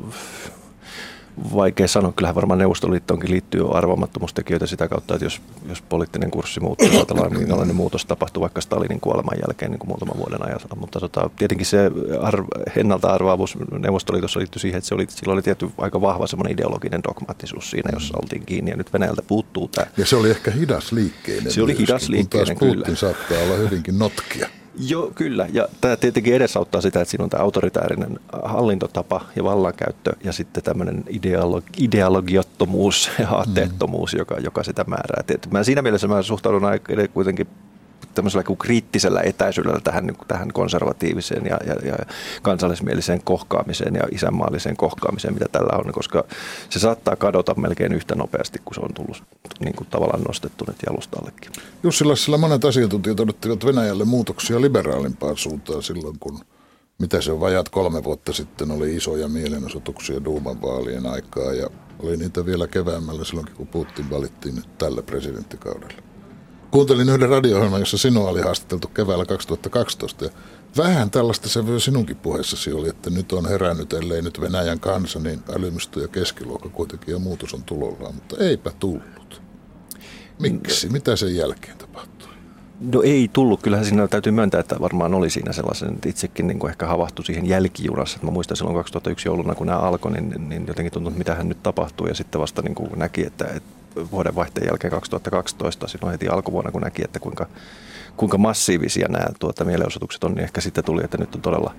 vaikea sanoa. Kyllähän varmaan Neuvostoliittoonkin liittyy arvaamattomuustekijöitä sitä kautta, että jos, jos poliittinen kurssi muuttuu, ajatellaan minkälainen muutos tapahtuu vaikka Stalinin kuoleman jälkeen niin kuin muutaman vuoden ajan. Mutta tota, tietenkin se arv, ennalta-arvaavuus Neuvostoliitossa liittyy siihen, että se oli, sillä oli tietty aika vahva semmoinen ideologinen dogmaattisuus siinä, jossa oltiin kiinni ja nyt Venäjältä puuttuu tämä. Ja se oli ehkä hidasliikkeinen. Se oli hidasliikkeinen, kyllä. Putin saattaa olla hyvinkin notkia. Joo, kyllä. Ja tämä tietenkin edesauttaa sitä, että siinä on tämä autoritäärinen hallintotapa ja vallankäyttö ja sitten tämmöinen ideologi- ideologiottomuus ja aatteettomuus, mm. joka, joka sitä määrää. Et mä siinä mielessä mä suhtaudun kuitenkin tämmöisellä kuin kriittisellä etäisyydellä tähän, tähän konservatiiviseen ja, ja, ja kansallismieliseen kohkaamiseen ja isänmaalliseen kohkaamiseen, mitä tällä on, koska se saattaa kadota melkein yhtä nopeasti, kun se on tullut niin kuin tavallaan nostettu nyt jalustallekin. Jussi Lassila, monet asiantuntijat odottivat Venäjälle muutoksia liberaalimpaan suuntaan silloin, kun mitä se on vajaat kolme vuotta sitten oli isoja mielenosoituksia Duuman vaalien aikaa ja oli niitä vielä keväämällä silloinkin, kun Putin valittiin tällä presidenttikaudella. Kuuntelin yhden radio-ohjelman, jossa sinua oli haastateltu keväällä kaksituhattakaksitoista. Ja vähän tällaista sävyä sinunkin puheessasi oli, että nyt on herännyt, ellei nyt Venäjän kansa, niin älymystö ja keskiluokka kuitenkin ja muutos on tulollaan, mutta eipä tullut. Miksi? Mitä sen jälkeen tapahtui? No ei tullut. Kyllähän siinä täytyy myöntää, että varmaan oli siinä sellaisen, että itsekin niin kuin ehkä havahtui siihen jälkijunassa. Mä muistan silloin kaksituhattayksi jouluna, kun nämä alkoi, niin, niin jotenkin tuntui, että mitähän nyt tapahtuu. Ja sitten vasta niin kuin näki, että, että vuodenvaihteen jälkeen kaksituhattakaksitoista, silloin heti alkuvuonna, kun näki, että kuinka, kuinka massiivisia nämä tuota, mielenosoitukset on, niin ehkä sitten tuli, että nyt on todella,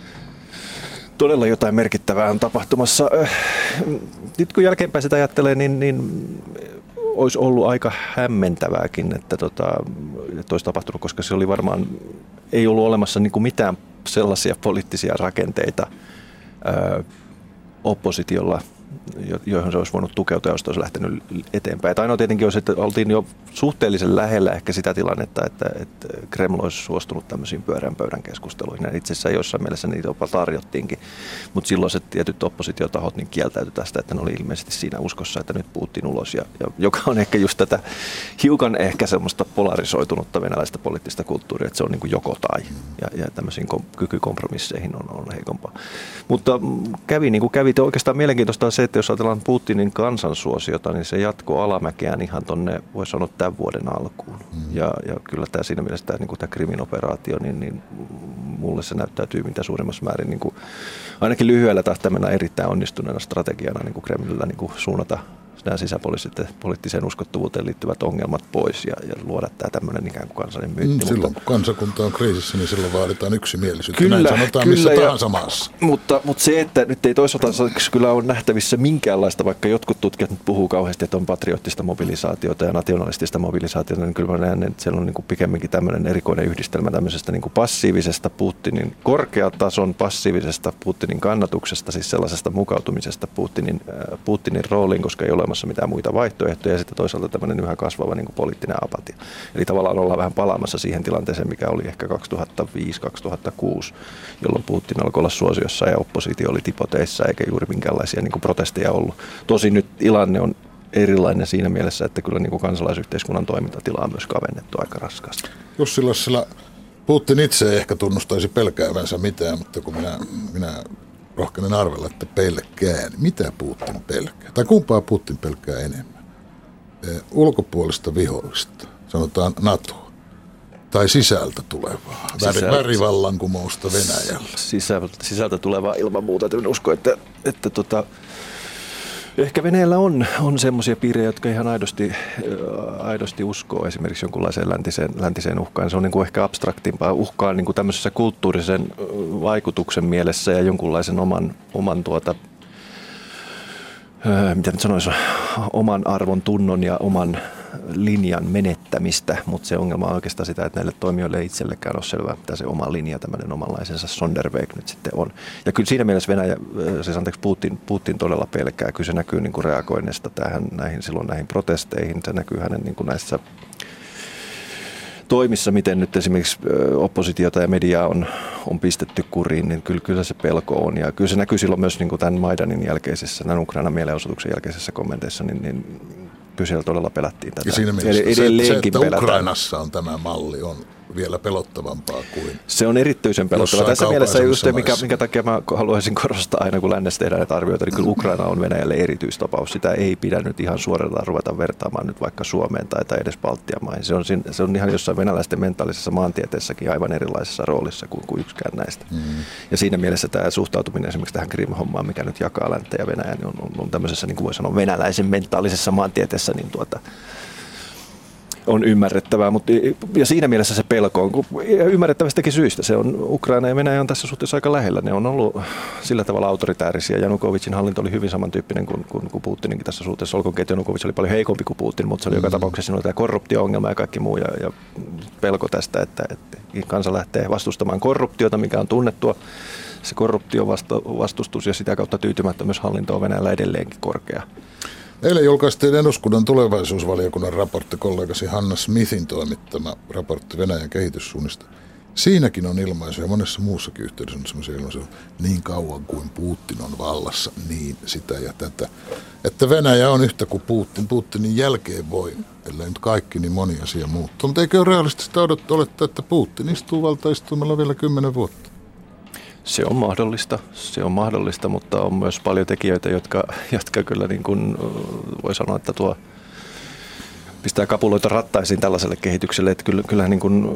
todella jotain merkittävää on tapahtumassa. Nyt kun jälkeenpäin sitä ajattelee, niin, niin olisi ollut aika hämmentävääkin, että, tota, että olisi tapahtunut, koska se oli varmaan, ei ollut olemassa niin kuin mitään sellaisia poliittisia rakenteita ää, oppositiolla joihin se olisi voinut tukeutua, jos se olisi lähtenyt eteenpäin. Et ainoa tietenkin olisi, että oltiin jo suhteellisen lähellä ehkä sitä tilannetta, että, että Kreml olisi suostunut tämmöisiin pyörän pöydän keskusteluihin. Ja itse asiassa jossain mielessä niitä jopa tarjottiinkin, mutta silloiset tietyt oppositiotahot niin kieltäytyi tästä, että ne oli ilmeisesti siinä uskossa, että nyt Putin ulos, ja, ja, joka on ehkä just tätä hiukan ehkä semmoista polarisoitunutta venäläistä poliittista kulttuuria, että se on niin kuin joko tai, ja, ja tämmöisiin kom- kykykompromisseihin on, on heikompaa. Mutta kävi niin kuin kävi, oikeastaan mielenkiintoista on se, että jos ajatellaan Putinin kansansuosiota, niin se jatkoi alamäkeään ihan tuonne, voisi sanoa, tämän vuoden alkuun. Mm. Ja, ja kyllä tämä siinä mielessä tämä, niin kuin tämä Krimin operaatio, niin, niin mulle se näyttäytyy mitä suurimmassa määrin, niin kuin, ainakin lyhyellä tähtäimellä erittäin onnistuneena strategiana niin kuin Kremlillä niin kuin suunnata nämä sisäpoliittiseen uskottavuuteen liittyvät ongelmat pois ja, ja luoda tämä tämmöinen ikään kuin kansallinen myytti. Mm, silloin kun kansakunta on kriisissä, niin silloin vaaditaan yksimielisyyttä. Kyllä, näin sanotaan kyllä, missä ja, tahansa maassa. Mutta, mutta se, että nyt ei toisaalta kyllä ole nähtävissä minkäänlaista, vaikka jotkut tutkijat nyt puhuu kauheasti, että on patriottista mobilisaatiota ja nationalistista mobilisaatiota, niin kyllä mä näen, että siellä on niin kuin pikemminkin tämmöinen erikoinen yhdistelmä tämmöisestä niin kuin passiivisesta Putinin, korkeatason passiivisesta Putinin kannatuksesta, siis sellaisesta mukautumisesta Putinin, äh, Putinin rooliin, koska ei ole olemassa mitään muita vaihtoehtoja, ja sitten toisaalta tämmöinen yhä kasvava niin kuin poliittinen apatia. Eli tavallaan ollaan vähän palaamassa siihen tilanteeseen, mikä oli ehkä kaksituhattaviisi kaksituhattakuusi, jolloin Putin alkoi olla suosiossa ja oppositio oli tipoteissa eikä juuri minkäänlaisia niin kuin protesteja ollut. Tosin nyt tilanne on erilainen siinä mielessä, että kyllä niin kuin kansalaisyhteiskunnan toimintatila on myös kavennettu aika raskaasti. Jussi Lassila, Putin itse ei ehkä tunnustaisi pelkäävänsä mitään, mutta kun minä, minä rohkenen arvella, että pelkää, niin mitä Putin pelkää? Tai kumpaa Putin pelkää enemmän? Ulkopuolista vihollista, sanotaan NATO, tai sisältä tulevaa, Sisältä, värivallankumousta Venäjällä. Sisältä, sisältä tulevaa ilman muuta. En usko, että, että tota, ehkä Venäjällä on, on semmoisia piirejä, jotka ihan aidosti, aidosti uskoo esimerkiksi jonkunlaiseen läntiseen, läntiseen uhkaan. Se on niin kuin ehkä abstraktimpaa uhkaa niin kuin tämmöisessä kulttuurisen vaikutuksen mielessä ja jonkunlaisen oman, oman tuota, mitä nyt sanoisi, oman arvon tunnon ja oman linjan menettämistä, mutta se ongelma on oikeastaan sitä, että näille toimijoille ei itsellekään ole selvää, mitä se oma linja, tämmöinen omanlaisensa Sonderweg nyt sitten on. Ja kyllä siinä mielessä Venäjä, siis anteeksi Putin, Putin todella pelkää, kyllä se näkyy niin kuin reagoinnista tähän, näihin, silloin näihin protesteihin, se näkyy hänen niin kuin näissä toimissa, miten nyt esimerkiksi oppositiota ja mediaa on, on pistetty kuriin, niin kyllä, kyllä se pelko on. Ja kyllä se näkyy silloin myös niin kuin tämän Maidanin jälkeisessä, tämän Ukrainan mielenosoituksen jälkeisessä kommenteissa, niin, niin kyllä siellä todella pelättiin tätä. Ja siinä mielessä se, se, että pelätään. Ukrainassa on tämä malli, on vielä pelottavampaa kuin se on erityisen pelottava. Tässä mielessä just se, mikä, minkä takia mä haluaisin korostaa aina, kun lännessä tehdään näitä arvioita, niin kyllä Ukraina on Venäjälle erityistapaus. Sitä ei pidä nyt ihan suoreltaan ruveta vertaamaan nyt vaikka Suomeen tai, tai edes Baltian maihin. Se on, se on ihan jossain venäläisten mentaalisessa maantieteessäkin aivan erilaisessa roolissa kuin, kuin yksikään näistä. Mm. Ja siinä mielessä tämä suhtautuminen esimerkiksi tähän Krim-hommaan, mikä nyt jakaa länttä ja Venäjän, niin on, on, on tämmöisessä, niin kuin voi sanoa, venäläisen mentaalisessa maantieteessä, niin tuota, on ymmärrettävää, mutta ja siinä mielessä se pelko on ymmärrettävästäkin syistä. Se on, Ukraina ja Venäjä on tässä suhteessa aika lähellä. Ne on ollut sillä tavalla autoritäärisiä. Janukovicin hallinto oli hyvin samantyyppinen kuin, kuin, kuin Putininkin tässä suhteessa. Olkoonkin, että Janukovic oli paljon heikompi kuin Putin, mutta se oli mm. joka tapauksessa tämä korruptio-ongelma ja kaikki muu. Ja, ja pelko tästä, että, että kansa lähtee vastustamaan korruptiota, mikä on tunnettua. Se korruptiovastustus ja sitä kautta tyytymättömyys hallintoon Venäjällä edelleenkin korkea. Eilen julkaistiin eduskunnan tulevaisuusvaliokunnan raportti, kollegasi Hanna Smithin toimittama raportti Venäjän kehityssuunnista. Siinäkin on ilmaisuja, monessa muussakin yhteydessä on sellaisia ilmaisuja, niin kauan kuin Putin on vallassa, niin sitä ja tätä. Että Venäjä on yhtä kuin Putin. Putinin jälkeen voi, ellei nyt kaikki, niin moni asia muuttuu. Mutta eikö ole realistista olettaa, että Putin istuu valtaistuimella vielä kymmenen vuotta? Se on mahdollista, se on mahdollista, mutta on myös paljon tekijöitä, jotka, jotka kyllä niin kuin voi sanoa, että tuo pistää kapuloita rattaisiin tällaiselle kehitykselle, että kyllä, kyllähän niin kuin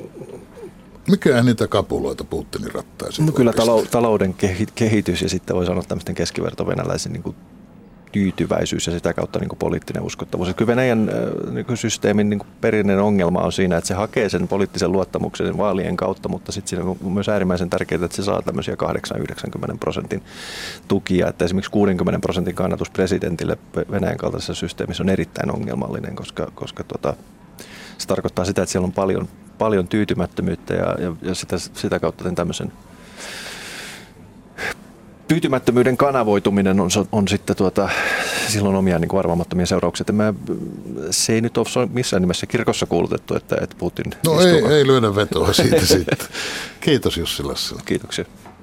mikä niitä kapuloita Putinin rattaisiin? No kyllä talou, talouden kehitys ja sitten voi sanoa tämmöisten keskivertovenäläisen niin kuin tyytyväisyys ja sitä kautta niin kuin poliittinen uskottavuus. Ja kyllä Venäjän niin kuin systeemin niin kuin perinteinen ongelma on siinä, että se hakee sen poliittisen luottamuksen vaalien kautta, mutta sitten siinä on myös äärimmäisen tärkeää, että se saa tämmöisiä kahdeksankymmentä yhdeksänkymmentä prosentin tukia. Että esimerkiksi kuudenkymmenen prosentin kannatus presidentille Venäjän kaltaisessa systeemissä on erittäin ongelmallinen, koska, koska tota, se tarkoittaa sitä, että siellä on paljon, paljon tyytymättömyyttä ja, ja, ja sitä, sitä kautta tämmöisen tyytymättömyyden kanavoituminen on, on sitten tuota, silloin omia niin kuin arvaamattomia seurauksia. Mä, se ei nyt ole missään nimessä kirkossa kuulutettu, että, että Putin No ei, ei lyödä vetoa siitä sitten. Kiitos Jussi Lassila. Kiitoksia.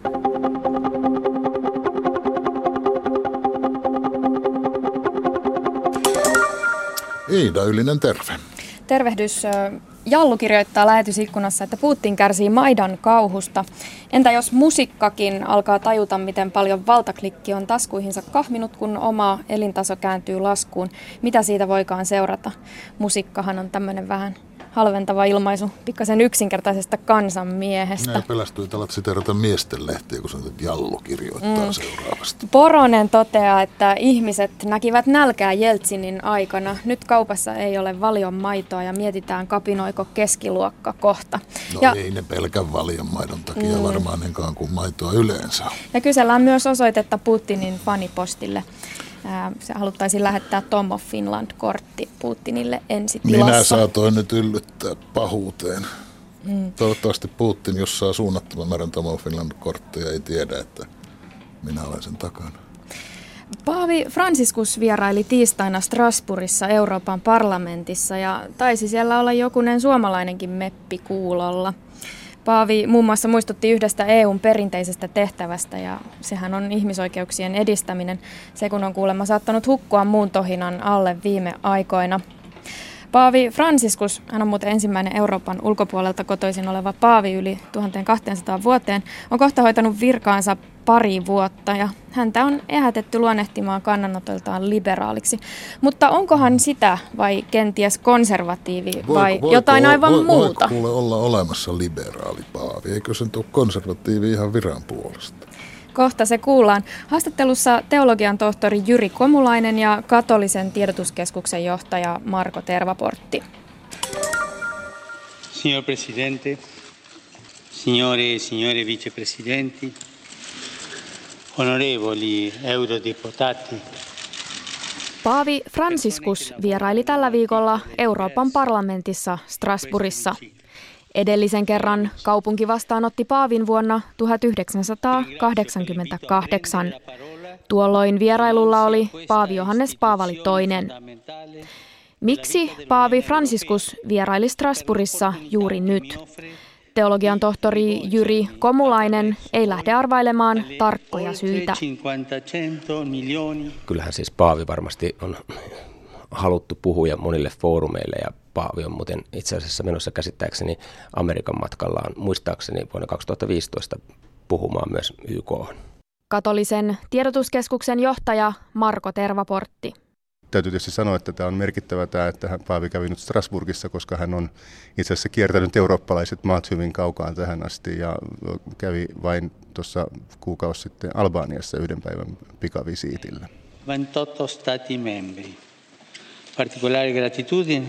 Iida Ylinen, terve. Tervehdys. Jallu kirjoittaa lähetysikkunassa, että Putin kärsii Maidan kauhusta. Entä jos musikkakin alkaa tajuta, miten paljon valtaklikki on taskuihinsa kahminut, kun oma elintaso kääntyy laskuun? Mitä siitä voikaan seurata? Musiikkahan on tämmöinen vähän halventava ilmaisu pikkasen yksinkertaisesta kansanmiehestä. Näin pelästyy alat siterata miesten lehtiä, kun sanot, että Jallu kirjoittaa mm. seuraavasti. Poronen toteaa, että ihmiset näkivät nälkää Jeltsinin aikana. Nyt kaupassa ei ole valion maitoa ja mietitään, kapinoiko keskiluokka kohta. No ja, ei ne pelkän valion maidon takia mm. varmaan enkaan kuin maitoa yleensä. Ja kysellään myös osoitetta Putinin fanipostille. Se haluttaisiin lähettää Tom of Finland-kortti Putinille ensitilassa. Minä saatoin nyt yllyttää pahuuteen. Mm. Toivottavasti Putin, jos saa suunnattoman määrän Tom of Finland-kortteja, ei tiedä, että minä olen sen takana. Paavi Franciscus vieraili tiistaina Strasbourgissa Euroopan parlamentissa ja taisi siellä olla jokunen suomalainenkin meppi kuulolla. Paavi muun muassa muistutti yhdestä E U:n perinteisestä tehtävästä ja sehän on ihmisoikeuksien edistäminen. Se kun on kuulemma saattanut hukkua muun tohinan alle viime aikoina. Paavi Franciscus, hän on muuten ensimmäinen Euroopan ulkopuolelta kotoisin oleva paavi yli tuhatkaksisataa vuoteen, on kohta hoitanut virkaansa pari vuotta ja häntä on ehätetty luonnehtimaan kannanotoiltaan liberaaliksi. Mutta onkohan sitä vai kenties konservatiivi vai voiko, jotain voiko, aivan voiko, muuta? Voiko olla olemassa liberaali paavi? Eikö sen tule konservatiivi ihan viran puolesta? Kohta se kuullaan. Haastattelussa teologian tohtori Jyri Komulainen ja katolisen tiedotuskeskuksen johtaja Marko Tervaportti. Signor Presidente, signore e signore vicepresidenti, onorevoli eurodeputati. Paavi Franciscus vieraili tällä viikolla Euroopan parlamentissa Strasbourgissa. Edellisen kerran kaupunki vastaanotti paavin vuonna tuhatyhdeksänsataakahdeksankymmentäkahdeksan. Tuolloin vierailulla oli paavi Johannes Paavali toinen. Miksi paavi Franciscus vieraili Strasbourgissa juuri nyt? Teologian tohtori Jyri Komulainen ei lähde arvailemaan tarkkoja syitä. Kyllähän siis paavi varmasti on haluttu puhuja monille foorumeille ja paavi on muuten itse asiassa menossa käsittääkseni Amerikan matkallaan muistaakseni vuonna kaksituhattaviisitoista puhumaan myös Y K:hon. Katolisen tiedotuskeskuksen johtaja Marko Tervaportti. Täytyy tietysti sanoa, että tämä on merkittävää tämä, että hän paavi kävi nyt Strasbourgissa, koska hän on itse asiassa kiertänyt eurooppalaiset maat hyvin kaukaan tähän asti ja kävi vain tuossa kuukausi sitten Albaniassa yhden päivän pikavisiitillä. ventotto stati membri. Particolare gratitudine.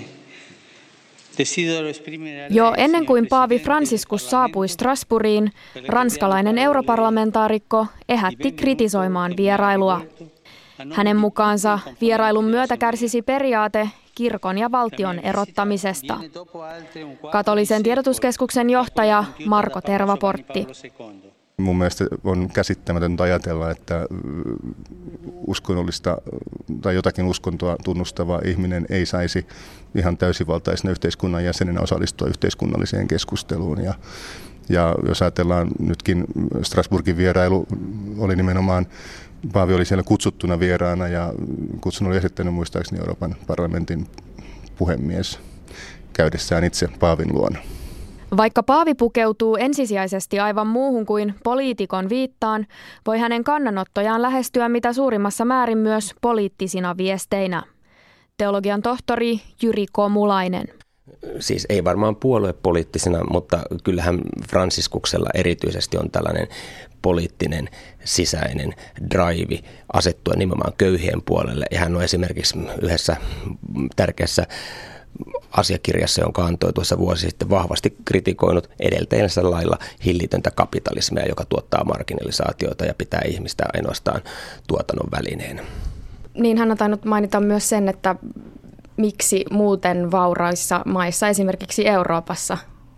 Jo ennen kuin paavi Franciscus saapui Strasbourgiin, ranskalainen europarlamentaarikko ehätti kritisoimaan vierailua. Hänen mukaansa vierailun myötä kärsisi periaate kirkon ja valtion erottamisesta. Katolisen tiedotuskeskuksen johtaja Marko Tervaportti. Mun mielestä on käsittämätöntä ajatella, että uskonnollista tai jotakin uskontoa tunnustava ihminen ei saisi ihan täysivaltaisena yhteiskunnan jäsenenä osallistua yhteiskunnalliseen keskusteluun. Ja, ja jos ajatellaan nytkin Strasbourgin vierailu oli nimenomaan, paavi oli siellä kutsuttuna vieraana ja kutsun oli esittänyt muistaakseni Euroopan parlamentin puhemies käydessään itse paavin luona. Vaikka paavi pukeutuu ensisijaisesti aivan muuhun kuin poliitikon viittaan, voi hänen kannanottojaan lähestyä mitä suurimmassa määrin myös poliittisina viesteinä. Teologian tohtori Jyri Komulainen. Siis ei varmaan puoluepoliittisena, mutta kyllähän Franciscuksella erityisesti on tällainen poliittinen sisäinen drive asettua nimenomaan köyhien puolelle. Ja hän on esimerkiksi yhdessä tärkeässä asiakirjassa, jonka antoi tuossa vuosi sitten vahvasti kritikoinut edeltäjänsä lailla hillitöntä kapitalismia, joka tuottaa marginalisaatiota ja pitää ihmistä ainoastaan tuotannon välineenä. Niin hän on tainnut mainita myös sen, että miksi muuten vauraissa maissa, esimerkiksi Euroopassa,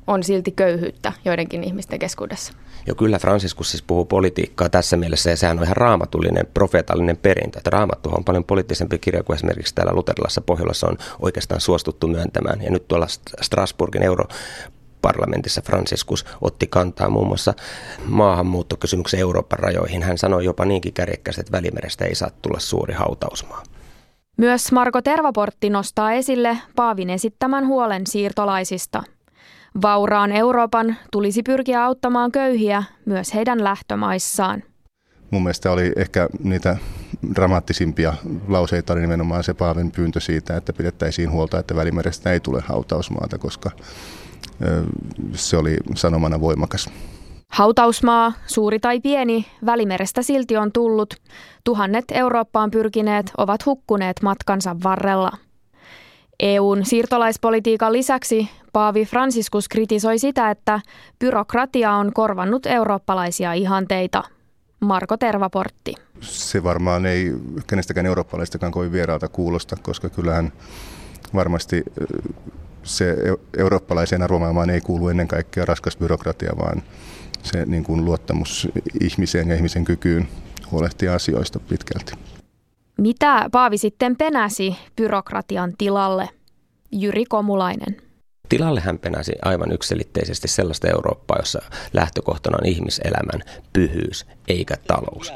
on silti köyhyyttä joidenkin ihmisten keskuudessa. Jo kyllä Franciscus siis puhuu politiikkaa tässä mielessä, ja sehän on ihan raamatullinen, profeetallinen perintö. Että Raamattu on paljon poliittisempi kirja kuin esimerkiksi täällä luterilaisessa Pohjolassa on oikeastaan suostuttu myöntämään. Ja nyt tuolla Strasbourgin europarlamentissa Franciscus otti kantaa muun muassa maahanmuuttokysymyksen Euroopan rajoihin. Hän sanoi jopa niinkin kärjekkäästi, että Välimerestä ei saa tulla suuri hautausmaa. Myös Marko Tervaportti nostaa esille paavin esittämän huolen siirtolaisista. Vauraan Euroopan tulisi pyrkiä auttamaan köyhiä myös heidän lähtömaissaan. Mun mielestä oli ehkä niitä dramaattisimpia lauseita oli nimenomaan se paavin pyyntö siitä, että pidettäisiin huolta, että Välimerestä ei tule hautausmaata, koska se oli sanomana voimakas. Hautausmaa, suuri tai pieni, Välimerestä silti on tullut. Tuhannet Eurooppaan pyrkineet ovat hukkuneet matkansa varrella. E U:n siirtolaispolitiikan lisäksi paavi Franciscus kritisoi sitä, että byrokratia on korvannut eurooppalaisia ihanteita. Marko Tervaportti. Se varmaan ei kenestäkään eurooppalaistakaan kovin vieraalta kuulosta, koska kyllähän varmasti se eurooppalaiseen arvomaailmaan ei kuulu ennen kaikkea raskas byrokratia, vaan se niin kuin luottamus ihmiseen ja ihmisen kykyyn huolehtia asioista pitkälti. Mitä paavi sitten penäsi byrokratian tilalle? Jyri Komulainen. Tilalle hän penäsi aivan yksiselitteisesti sellaista Eurooppaa, jossa lähtökohtana on ihmiselämän pyhyys eikä talous.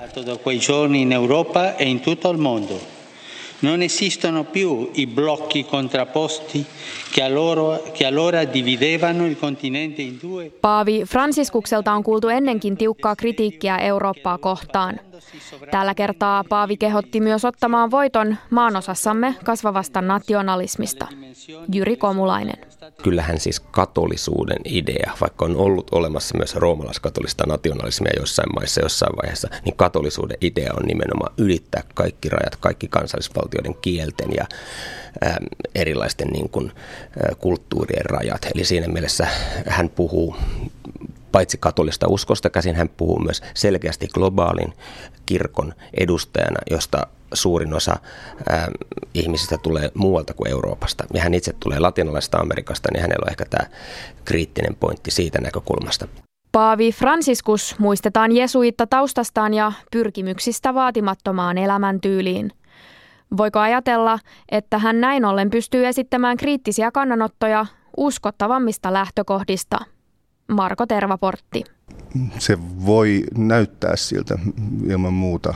Non esistono più i blocchi contrapposti che allora, che allora dividevano il continente in due. Paavi Franciscukselta on kuultu ennenkin tiukkaa kritiikkiä Eurooppaa kohtaan. Tällä kertaa paavi kehotti myös ottamaan voiton maanosassamme kasvavasta nationalismista. Jyri Komulainen. Kyllähän siis katolisuuden idea, vaikka on ollut olemassa myös roomalaiskatolista nationalismia jossain maissa jossain vaiheessa, niin katolisuuden idea on nimenomaan ylittää kaikki rajat, kaikki kansallisvaltioiden kielten ja ä, erilaisten niin kuin, ä, kulttuurien rajat. Eli siinä mielessä hän puhuu paitsi katolista uskosta käsin, hän puhuu myös selkeästi globaalin kirkon edustajana, josta suurin osa ä, ihmisistä tulee muualta kuin Euroopasta. Ja hän itse tulee latinalaisesta Amerikasta, niin hänellä on ehkä tämä kriittinen pointti siitä näkökulmasta. Paavi Franciscus muistetaan jesuitta taustastaan ja pyrkimyksistä vaatimattomaan elämäntyyliin. Voiko ajatella, että hän näin ollen pystyy esittämään kriittisiä kannanottoja uskottavammista lähtökohdista? Marko Tervaportti. Se voi näyttää siltä ilman muuta.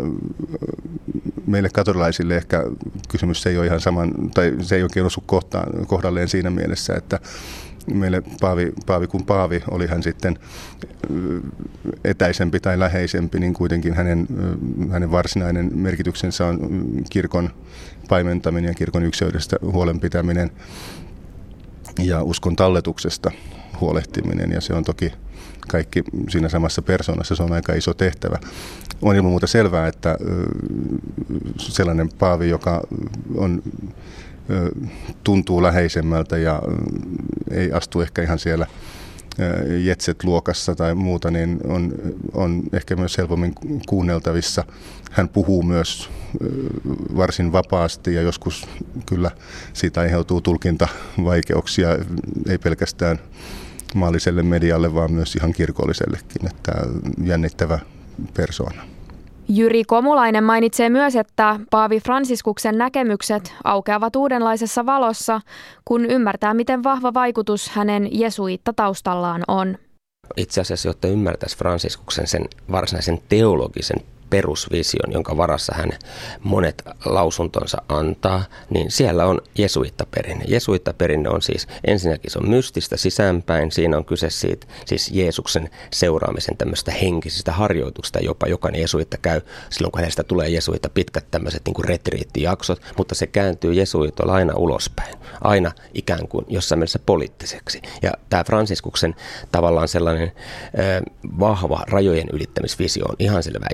Meille katolilaisille ehkä kysymys ei ole ihan saman, tai se ei oikein osu kohtaan, kohdalleen siinä mielessä, että meille paavi, paavi kuin paavi, oli hän sitten etäisempi tai läheisempi, niin kuitenkin hänen, hänen varsinainen merkityksensä on kirkon paimentaminen ja kirkon ykseydestä huolenpitäminen ja uskon talletuksesta huolehtiminen, ja se on toki kaikki siinä samassa persoonassa, se on aika iso tehtävä. On ilman muuta selvää, että sellainen paavi, joka on, tuntuu läheisemmältä ja ei astu ehkä ihan siellä jetset-luokassa tai muuta, niin on, on ehkä myös helpommin kuunneltavissa. Hän puhuu myös varsin vapaasti ja joskus kyllä siitä aiheutuu tulkintavaikeuksia, ei pelkästään maalliselle medialle, vaan myös ihan kirkollisellekin, että jännittävä persoona. Jyri Komulainen mainitsee myös, että paavi Franciscuksen näkemykset aukeavat uudenlaisessa valossa, kun ymmärtää, miten vahva vaikutus hänen jesuittataustallaan on. Itse asiassa, jotta ymmärtäisi Franciscuksen sen varsinaisen teologisen perusvision, jonka varassa hän monet lausuntonsa antaa, niin siellä on jesuittaperinne. Jesuittaperinne on siis, ensinnäkin se on mystistä sisäänpäin, siinä on kyse siitä, siis Jeesuksen seuraamisen tämmöistä henkisistä harjoituksista, jopa jokainen jesuitta käy silloin, kun hänestä tulee jesuitta, pitkät tämmöiset niin kuin retriittijaksot, mutta se kääntyy jesuitolla aina ulospäin, aina ikään kuin jossain mielessä poliittiseksi. Ja tämä Franciscuksen tavallaan sellainen äh, vahva rajojen ylittämisvisio on ihan selvää jesuitta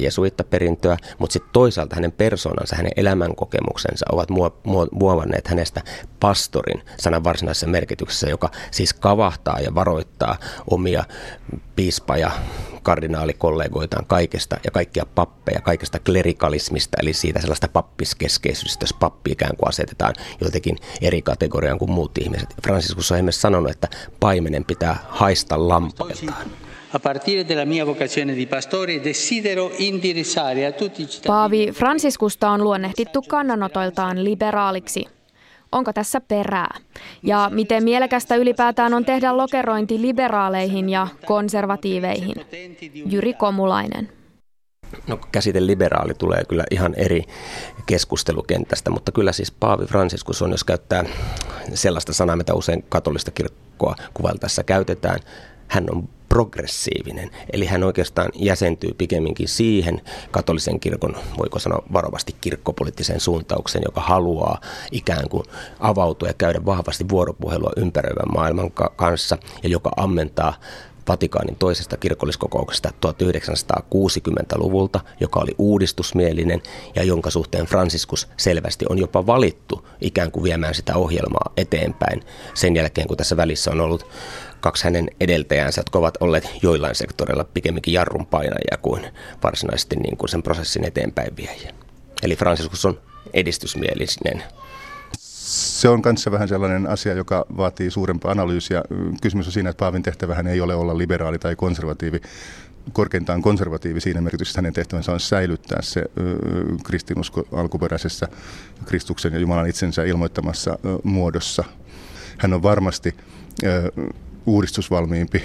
historiallista perintöä, mutta sitten toisaalta hänen persoonansa, hänen elämänkokemuksensa ovat muovanneet hänestä pastorin sanan varsinaisessa merkityksessä, joka siis kavahtaa ja varoittaa omia piispa- ja kardinaalikollegoitaan kaikesta ja kaikkia pappeja, kaikesta klerikalismista, eli siitä sellaista pappiskeskeisyydestä, jos pappi ikään kuin asetetaan jotenkin eri kategoriaan kuin muut ihmiset. Franciscus on esimerkiksi sanonut, että paimenen pitää haista lampailtaan. A partire della mia vocazione di pastore desidero indirizzare a tutti i cittadini. Paavi Franciscusta on luonnehdittu kannanotoiltaan liberaaliksi. Onko tässä perää? Ja miten mielekästä ylipäätään on tehdä lokerointi liberaaleihin ja konservatiiveihin? Jyri Komulainen. No, käsite liberaali tulee kyllä ihan eri keskustelukentästä, mutta kyllä siis Paavi Franciscus on, jos käyttää sellaista sanaa, mitä usein katolista kirkkoa kuvailtaessa käytetään, hän on progressiivinen, eli hän oikeastaan jäsentyy pikemminkin siihen katolisen kirkon, voiko sanoa varovasti kirkkopoliittiseen suuntaukseen, joka haluaa ikään kuin avautua ja käydä vahvasti vuoropuhelua ympäröivän maailman kanssa ja joka ammentaa Vatikaanin toisesta kirkolliskokouksesta tuhatyhdeksänsataakuusikymmentäluvulta, joka oli uudistusmielinen ja jonka suhteen Franciscus selvästi on jopa valittu ikään kuin viemään sitä ohjelmaa eteenpäin sen jälkeen, kun tässä välissä on ollut kaksi hänen edeltäjäänsä, jotka ovat olleet joillain sektoreilla pikemminkin jarrunpainajia kuin varsinaisesti niin kuin sen prosessin eteenpäin viejä. Eli Franciscus on edistysmielinen. Se on kanssa vähän sellainen asia, joka vaatii suurempaa analyysiä. Kysymys on siinä, että paavin tehtävähän ei ole olla liberaali tai konservatiivi. Korkeintaan konservatiivi siinä merkityksessä hänen tehtävänsä on säilyttää se kristinusko alkuperäisessä Kristuksen ja Jumalan itsensä ilmoittamassa muodossa. Hän on varmasti uudistusvalmiimpi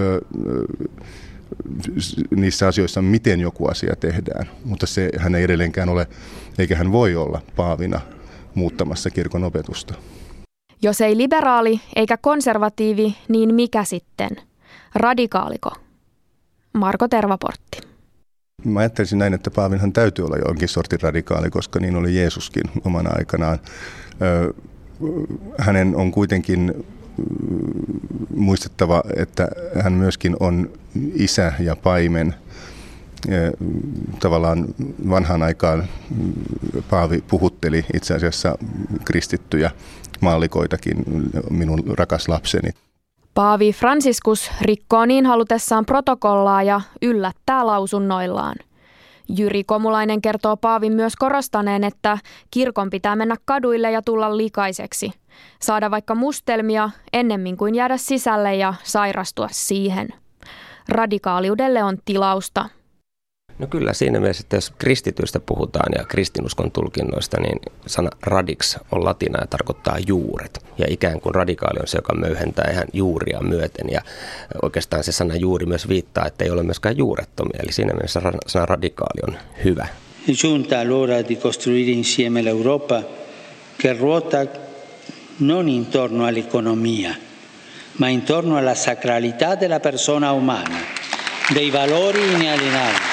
niissä asioissa, miten joku asia tehdään, mutta se hän ei edelleenkään ole, eikä hän voi olla paavina muuttamassa kirkon opetusta. Jos ei liberaali eikä konservatiivi, niin mikä sitten? Radikaaliko? Marko Tervaportti. Mä ajattelisin näin, että paavinhan täytyy olla jonkin sortin radikaali, koska niin oli Jeesuskin omana aikanaan. Hänen on kuitenkin muistettava, että hän myöskin on isä ja paimen. Tavallaan vanhaan aikaan paavi puhutteli itse asiassa kristittyjä maallikoitakin, minun rakas lapseni. Paavi Franciscus rikkoo niin halutessaan protokollaa ja yllättää lausunnoillaan. Jyri Komulainen kertoo paavin myös korostaneen, että kirkon pitää mennä kaduille ja tulla likaiseksi. Saada vaikka mustelmia ennemmin kuin jäädä sisälle ja sairastua siihen. Radikaaliudelle on tilausta. No kyllä siinä mielessä, että jos kristityistä puhutaan ja kristinuskon tulkinnoista, niin sana radix on latina ja tarkoittaa juuret. Ja ikään kuin radikaali on se, joka möyhentää ihan juuria myöten. Ja oikeastaan se sana juuri myös viittaa, että ei ole myöskään juurettomia. Eli siinä mielessä sana radikaali on hyvä. È giunta l'ora di costruire insieme l'Europa che ruota non intorno all'economia, ma intorno alla sacralità della persona umana, dei valori inalienabili.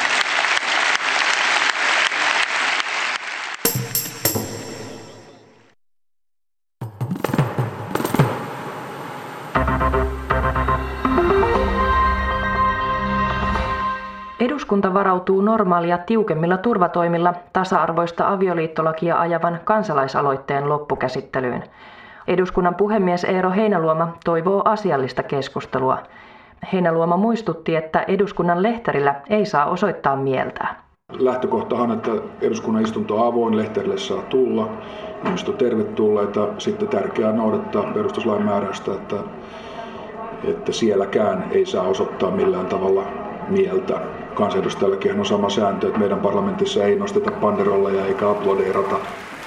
Eduskunta varautuu normaalia tiukemmilla turvatoimilla tasa-arvoista avioliittolakia ajavan kansalaisaloitteen loppukäsittelyyn. Eduskunnan puhemies Eero Heinäluoma toivoo asiallista keskustelua. Heinäluoma muistutti, että eduskunnan lehterillä ei saa osoittaa mieltään. Lähtökohtahan, että eduskunnan istunto on avoin, lehterille saa tulla. Ihmiset on tervetulleita. Sitten tärkeää noudattaa perustuslain määräystä, että, että sielläkään ei saa osoittaa millään tavalla mieltä. Kansanedustajallakin on sama sääntö, että meidän parlamentissa ei nosteta banderolleja eikä aplodeerata.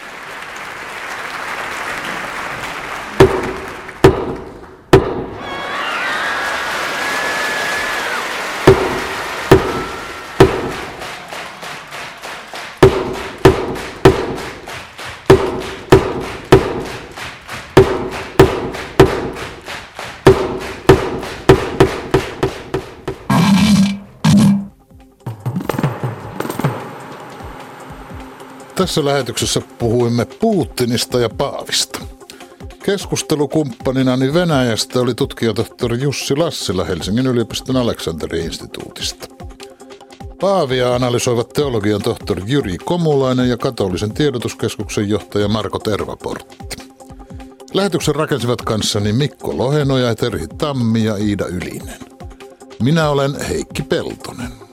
Tässä lähetyksessä puhuimme Putinista ja paavista. Keskustelukumppaninani Venäjästä oli tutkijatohtori Jussi Lassila Helsingin yliopiston Aleksanteri-instituutista. Paavia analysoivat teologian tohtori Jyri Komulainen ja katolisen tiedotuskeskuksen johtaja Marko Tervaportti. Lähetyksen rakensivat kanssani Mikko Lohenoja, Terhi Tammi ja Iida Ylinen. Minä olen Heikki Peltonen.